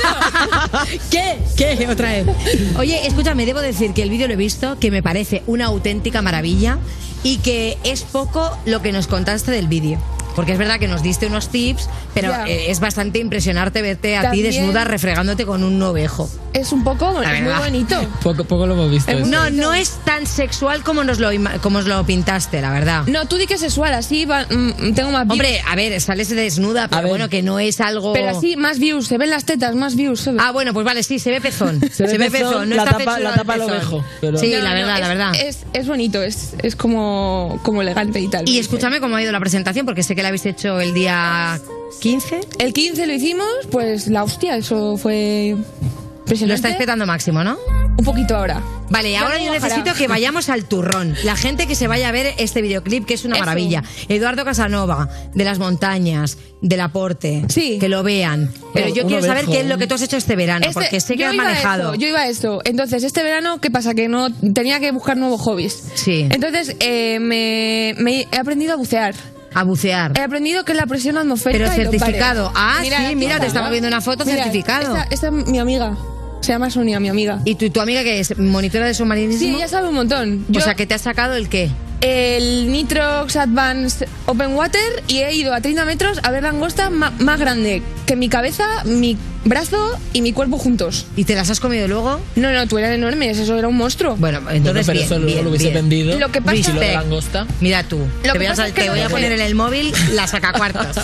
¿Qué? Otra vez. Oye, escúchame, debo decir que el vídeo lo he visto, que me parece una auténtica maravilla y que es poco lo que nos contaste del vídeo. Porque es verdad que nos diste unos tips, pero Ya. Es bastante impresionante verte a ti También- desnuda refregándote con un ovejo. Es un poco, La es muy verdad. bonito. Poco lo hemos visto. eso. No es tan sexual como como os lo pintaste, la verdad. No, tú di que es sexual, así tengo más views. Hombre, a ver, sales desnuda, pero bueno, que no es algo... Pero así, más views, se ven las tetas, más views. ¿sabes? Ah, bueno, pues vale, sí, se ve pezón. Se ve pezón, no la está tapa- censurado la tapa el el pezón. ovejo, pero- Sí, No, la verdad, no, la verdad. Es bonito, es como elegante y tal. Y escúchame cómo ha ido la presentación, porque sé que la habéis hecho el día 15. El 15 lo hicimos, pues la hostia, eso fue Lo impresionante. estáis petando máximo, ¿no? Un poquito ahora. Vale, Ya ahora luego yo necesito bajará. que vayamos al turrón. La gente que se vaya a ver este videoclip, que es una Eso. maravilla. Eduardo Casanova, de las montañas, del aporte. Sí. Que lo vean. Pero yo Un quiero saber ovejo. qué es lo que tú has hecho este verano, porque sé que yo has iba a manejado. eso, yo iba a eso. Entonces, este verano, ¿qué pasa? Que no tenía que buscar nuevos hobbies. Sí. Entonces, me he aprendido a bucear. A bucear. He aprendido que es la presión atmosférica. Pero y los certificado. bares. Ah, sí, aquí mira, te está. estamos viendo una foto, Mira, certificado. Esta es mi amiga. Se llama Sonia, mi amiga. ¿Y tu amiga que es monitora de submarinismo? Sí, ella sabe un montón. O sea, que te has sacado el qué? El Nitrox Advanced Open Water y he ido a 30 metros a ver langosta más grande que mi cabeza, mi brazo y mi cuerpo juntos. ¿Y te las has comido luego? No, tú eras enormes, eso era un monstruo. Bueno, entonces pero bien, eso luego bien, lo hubiese bien. vendido. Lo que pasa- Y si lo de Respect. langosta. Mira tú, Lo te que voy, pasa es que te lo voy a dejé. poner en el móvil la sacacuartos.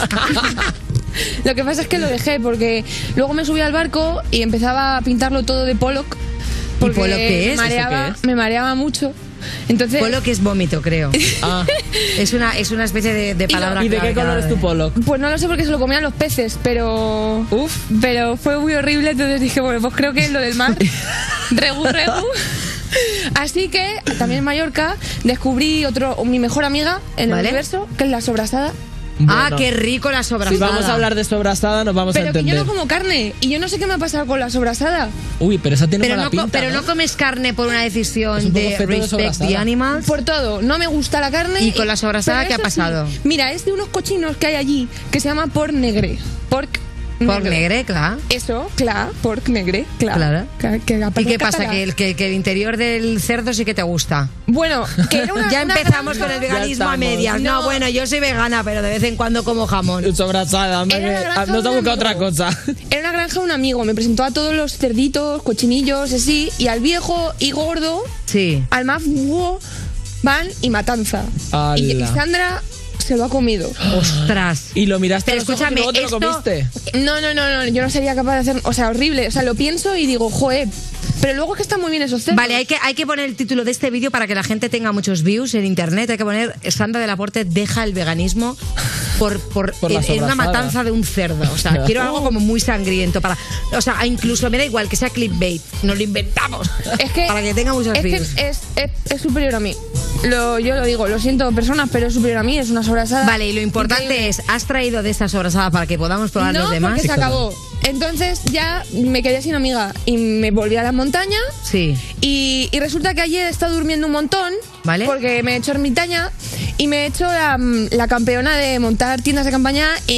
Lo que pasa es que lo dejé porque luego me subí al barco y empezaba a pintarlo todo de Pollock. Porque Pollock qué es? Me ¿Eso mareaba, qué es? me mareaba mucho. Entonces, Pollock es vómito, creo. Ah. Es una especie de palabra. ¿Y de qué clave. color es tu Pollock? pues no lo sé porque se lo comían los peces, pero pero fue muy horrible, entonces dije, bueno, pues creo que es lo del mar. Regu. Así que también en Mallorca descubrí mi mejor amiga en el ¿Vale? universo, que es la sobrasada. Ah, Bueno. qué rico la sobrasada. Si vamos a hablar de sobrasada, nos vamos a Pero que entender. yo no como carne y yo no sé qué me ha pasado con la sobrasada. Uy, pero esa tiene Pero mala no, pinta, pero no comes carne por una Es decisión un poco de feto de respect sobrasada. the animals. Por todo, no me gusta la carne. ¿Y con la sobrasada pero qué ha eso sí, pasado? mira, es de unos cochinos que hay allí que se llama porc negre. Porc negre, claro. Eso, claro, porc negre, claro. Claro. ¿Y aparte qué pasa? catalán. Que el interior del cerdo sí que te gusta. Bueno, que era una Ya una empezamos granja- con el veganismo a estamos. medias. No, No. bueno, yo soy vegana, pero de vez en cuando como jamón. Sobrasada, anda, Era la que granja nos ha de un buscado otra amigo. cosa. Era una granja de un amigo, me presentó a todos los cerditos, cochinillos, así, y al viejo y gordo, Sí. al más búho, van y matanza. Y ¡Hala! Sandra se lo ha comido. Ostras. Y lo miraste Pero a los ojos y escúchame, luego te lo esto- comiste. No, yo no sería capaz de hacer, o sea, horrible, o sea, lo pienso y digo, joder, pero luego es que están muy bien esos cerdos. Vale, hay que poner el título de este vídeo para que la gente tenga muchos views en internet. Hay que poner Sandra del Aporte deja el veganismo por la en una sobrasada. matanza de un cerdo. O sea, quiero algo como muy sangriento para, o sea, incluso me da igual que sea clickbait, nos lo inventamos. Es que para que tenga muchos es views. que es superior a mí. Yo lo digo, lo siento personas, pero es superior a mí, es una sobrasada. Vale, y lo importante increíble. es, ¿has traído de esta sobrasada para que podamos probar No, los demás? porque se acabó. Entonces ya me quedé sin amiga y me volví a la montaña. Sí. Y resulta que ayer he estado durmiendo un montón. ¿Vale? Porque me he hecho ermitaña y me he hecho la campeona de montar tiendas de campaña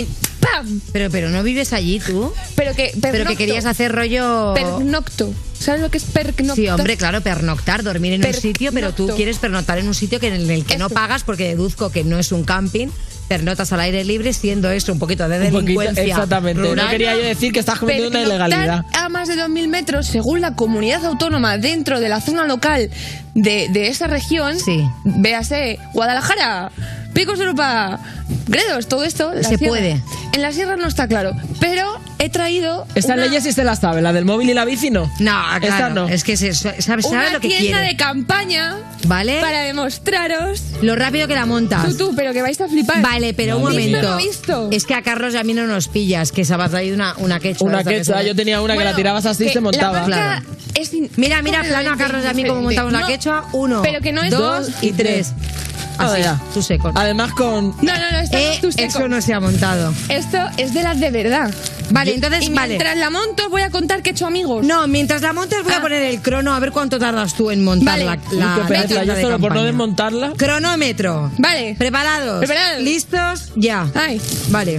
¡pam! Pero no vives allí tú. Pero que querías hacer rollo... Pernocto. ¿Sabes lo que es pernoctar? Sí, hombre, claro, pernoctar, dormir en un sitio, pero tú quieres pernoctar en un sitio en el que no pagas, porque deduzco que no es un camping. Pernotas al aire libre, siendo eso un poquito de delincuencia. Exactamente. rural. No quería yo decir que estás cometiendo una ilegalidad. A más de 2.000 metros, según la comunidad autónoma dentro de la zona local de esa región, véase Guadalajara, Picos de Europa, Gredos, todo esto. Se puede. En la sierra no está claro, pero he traído... Estas leyes sí se las sabe, la del móvil y la bici no. No, claro, esta no. Es que sabes lo que quiere. Una tienda de campaña, ¿vale? Para demostraros lo rápido que la montas. Tú, pero que vais a flipar. Vale, pero un momento. Visto. Es que a Carlos y a mí no nos pillas, que se ha traído una quechua. Una quechua, yo tenía una que la tirabas así y se montaba. Claro. Mira, plano a Carlos y a mí cómo montamos la quechua. 1, pero que no es 2 y 3. Así, tú seco. Además con... No, esto es tú seco. Eso no se ha montado. Esto es de las de verdad. Vale, entonces, mientras la monto, os voy a contar que he hecho amigos. No, mientras la montes voy a poner el crono a ver cuánto tardas tú en montar la yo solo por no desmontarla. Cronómetro. Vale. ¿Preparados? ¿Listos? Ya. Ay. Vale.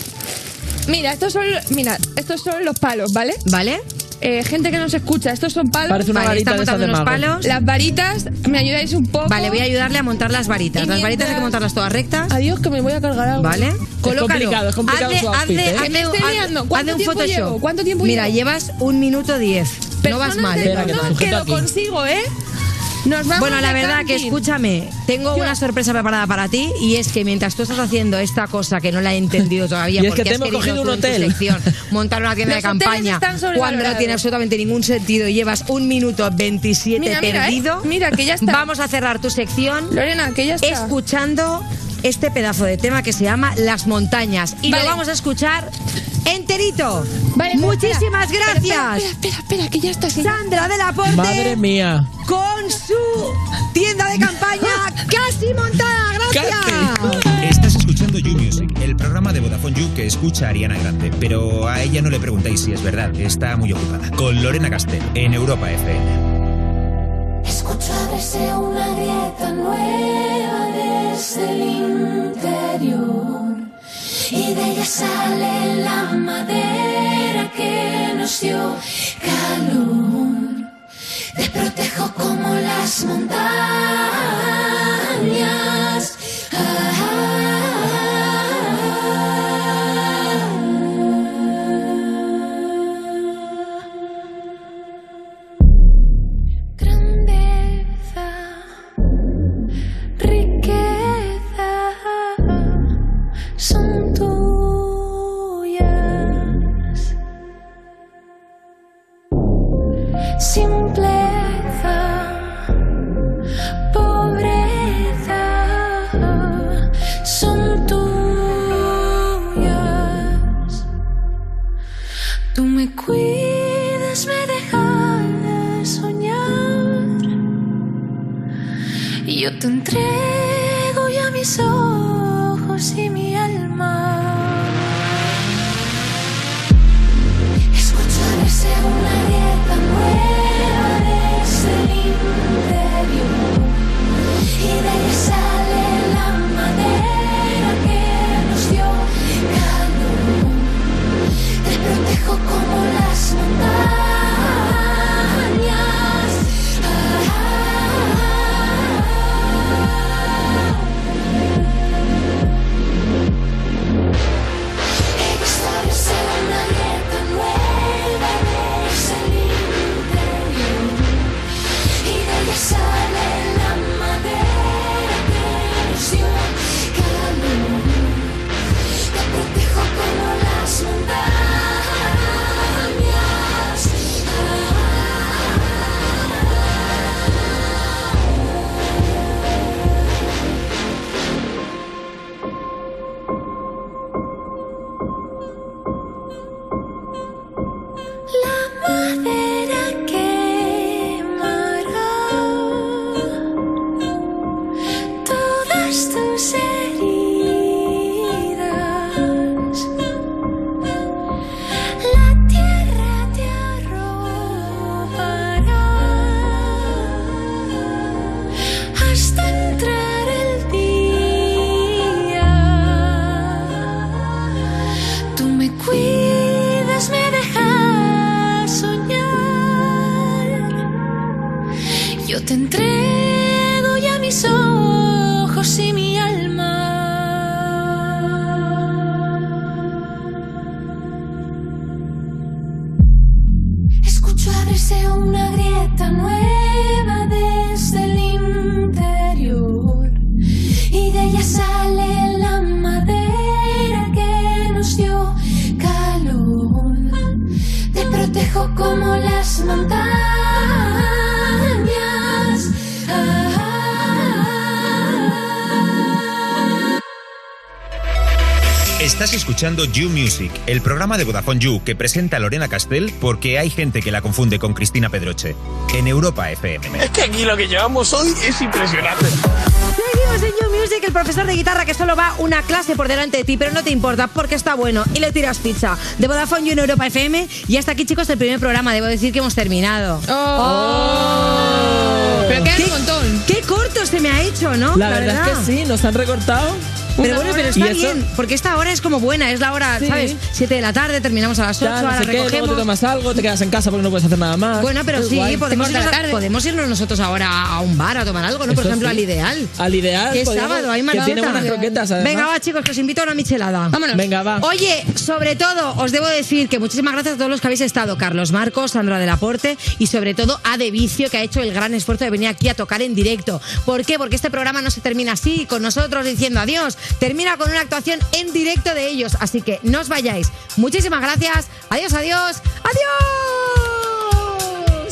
Mira, estos son los palos, ¿vale? Vale. Gente que nos escucha, estos son palos. Parece una varita de esas de unos mago. palos. Las varitas, ¿me ayudáis un poco? Vale, voy a ayudarle a montar las varitas. Las varitas hay que montarlas todas rectas. Adiós, que me voy a cargar algo. Vale. Es complicado su outfit, ¿eh? Que me estoy liando. ¿Cuánto tiempo Photoshop. llevo? ¿Cuánto tiempo Mira, llevo? llevas 1 minuto 10. No vas mal. Que lo consigo, ¿eh? Nos vamos bueno, la de verdad camping. que escúchame, tengo una sorpresa preparada para ti, y es que mientras tú estás haciendo esta cosa que no la he entendido todavía, Y es porque que te has hemos querido cogido tú un en tu hotel. sección montar una tienda de Los hoteles campaña están cuando no sobrevalorados. tiene absolutamente ningún sentido y llevas 1 minuto 27 Mira, perdido. Mira, que ya está. Vamos a cerrar tu sección, Lorena, que ya está. escuchando este pedazo de tema que se llama Las Montañas, y Vale. lo vamos a escuchar enterito. Vale, Muchísimas espera, gracias. Espera, que ya está. Sandra del Aporte. Madre mía. Con su tienda de campaña casi montada. Gracias. Estás escuchando You Music, el programa de Vodafone You que escucha Ariana Grande, pero a ella no le preguntéis si es verdad, está muy ocupada. Con Lorena Castell, en Europa FM. Escucho abrirse una grieta nueva desde el interior, y de ella sale la madera que nos dio calor. Te protejo como las montañas. Grandeza, riqueza, son tuyas. Simpleza, pobreza, son tuyas. Tú me cuidas, me dejas soñar, y yo te entrego ya mis ojos y mi alma. Escucho abrirse una grieta nueva desde el interior, y de ella sale la madera que nos dio calor. Te protejo como las montañas. He visto abrirse una grieta nueva desde Te entrego ya mis ojos y mi alma. Escucho abrirse una grieta nueva desde el interior y de ella sale la madera que nos dio calor. Te protejo como las montañas. Estás escuchando You Music, el programa de Vodafone You que presenta Lorena Castell porque hay gente que la confunde con Cristina Pedroche. En Europa FM. Es que aquí lo que llevamos hoy es impresionante. Seguimos en You Music, el profesor de guitarra que solo va una clase por delante de ti, pero no te importa porque está bueno y le tiras pizza. De Vodafone You en Europa FM. Y hasta aquí, chicos, el primer programa. Debo decir que hemos terminado. Pero queda un montón. Qué corto se me ha hecho, ¿no? La verdad es que sí, nos han recortado. Pero bueno, pero está bien, porque esta hora es como buena, es la hora, ¿sabes? 7 de la tarde, terminamos a las 8, ahora recogemos. Luego te tomas algo, te quedas en casa porque no puedes hacer nada más. Bueno, pero sí, podemos irnos nosotros ahora a un bar a tomar algo, ¿no? Por ejemplo, al Ideal. Al Ideal. Que es sábado, hay manchita. Que tiene buenas croquetas, además. Venga, va, chicos, que os invito a una michelada. Vámonos. Venga, va. Oye, sobre todo, os debo decir que muchísimas gracias a todos los que habéis estado. Carlos Marcos, Sandra del Aporte y sobre todo a De Vicio, que ha hecho el gran esfuerzo de venir aquí a tocar en directo. ¿Por qué? Porque este programa no se termina así, con nosotros diciendo adiós. Termina con una actuación en directo de ellos, así que no os vayáis. Muchísimas gracias. Adiós, adiós. ¡Adiós!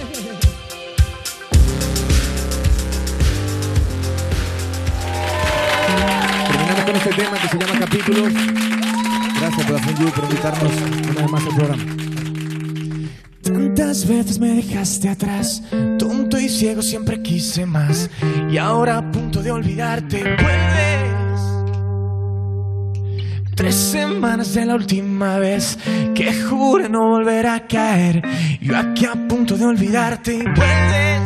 Terminamos con este tema que se llama Capítulos. Gracias Vodafone You por invitarnos una vez más al programa. Tantas veces me dejaste atrás, tonto y ciego siempre quise más, y ahora a punto de olvidarte vuelves. 3 semanas de la última vez que juré no volver a caer, yo aquí a punto de olvidarte y vuelves.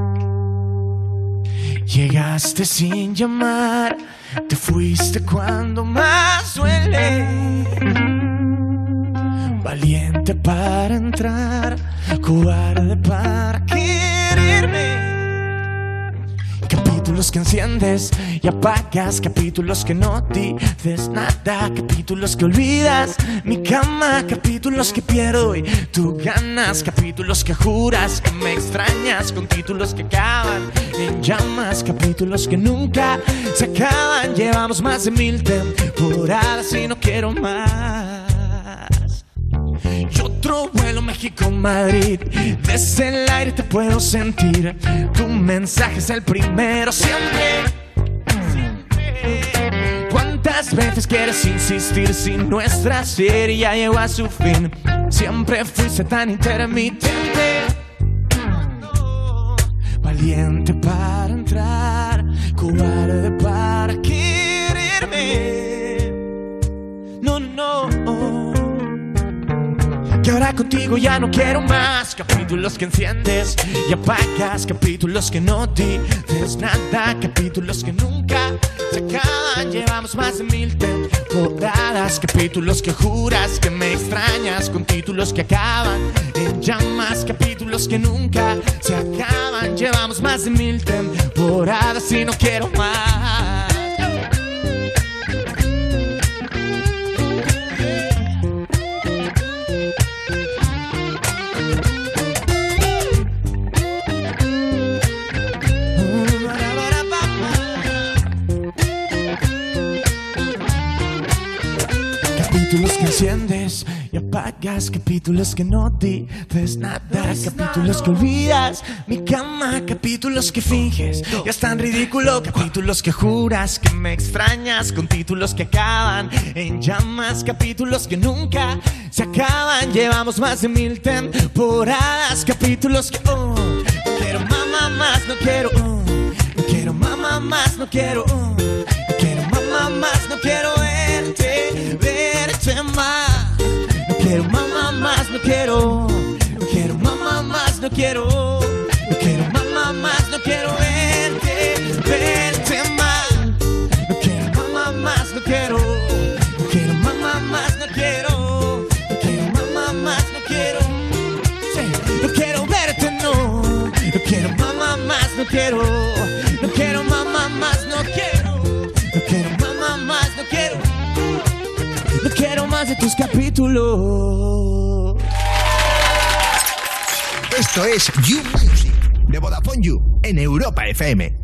Llegaste sin llamar, te fuiste cuando más duele. Valiente para entrar, cobarde para quererme. Capítulos que enciendes y apagas, capítulos que no dices nada, capítulos que olvidas mi cama, capítulos que pierdo y tú ganas, capítulos que juras que me extrañas, con títulos que acaban en llamas, capítulos que nunca se acaban. Llevamos más de 1000 temporadas y no quiero más. Y otro vuelo México-Madrid, desde el aire te puedo sentir. Tu mensaje es el primero siempre. ¿Cuántas veces quieres insistir si nuestra serie ya llegó a su fin? Siempre fuiste tan intermitente. Valiente para entrar, cobarde para quererme. No, no. Que ahora contigo ya no quiero más. Capítulos que enciendes y apagas, capítulos que no dices nada, capítulos que nunca se acaban. Llevamos más de 1000 temporadas, capítulos que juras que me extrañas, con títulos que acaban en llamas, capítulos que nunca se acaban. Llevamos más de 1000 temporadas y no quiero más. Capítulos que enciendes y apagas, capítulos que no dices nada, capítulos que olvidas mi cama, capítulos que finges ya es tan ridículo, capítulos que juras que me extrañas, con títulos que acaban en llamas, capítulos que nunca se acaban. Llevamos más de 1000 temporadas, capítulos que no quiero mamá más, no quiero no quiero mamá más, no quiero no quiero mamá más, no quiero verte más. No quiero mamá más, no quiero mamá más, no quiero mamá más, no quiero verte más. No quiero mamá más, no quiero mamá más, no quiero mamá más, no quiero, sí, no quiero verte, no quiero mamá más. quiero más, no quiero más, no quiero más de tus capítulos. Esto es You Music de Vodafone You en Europa FM.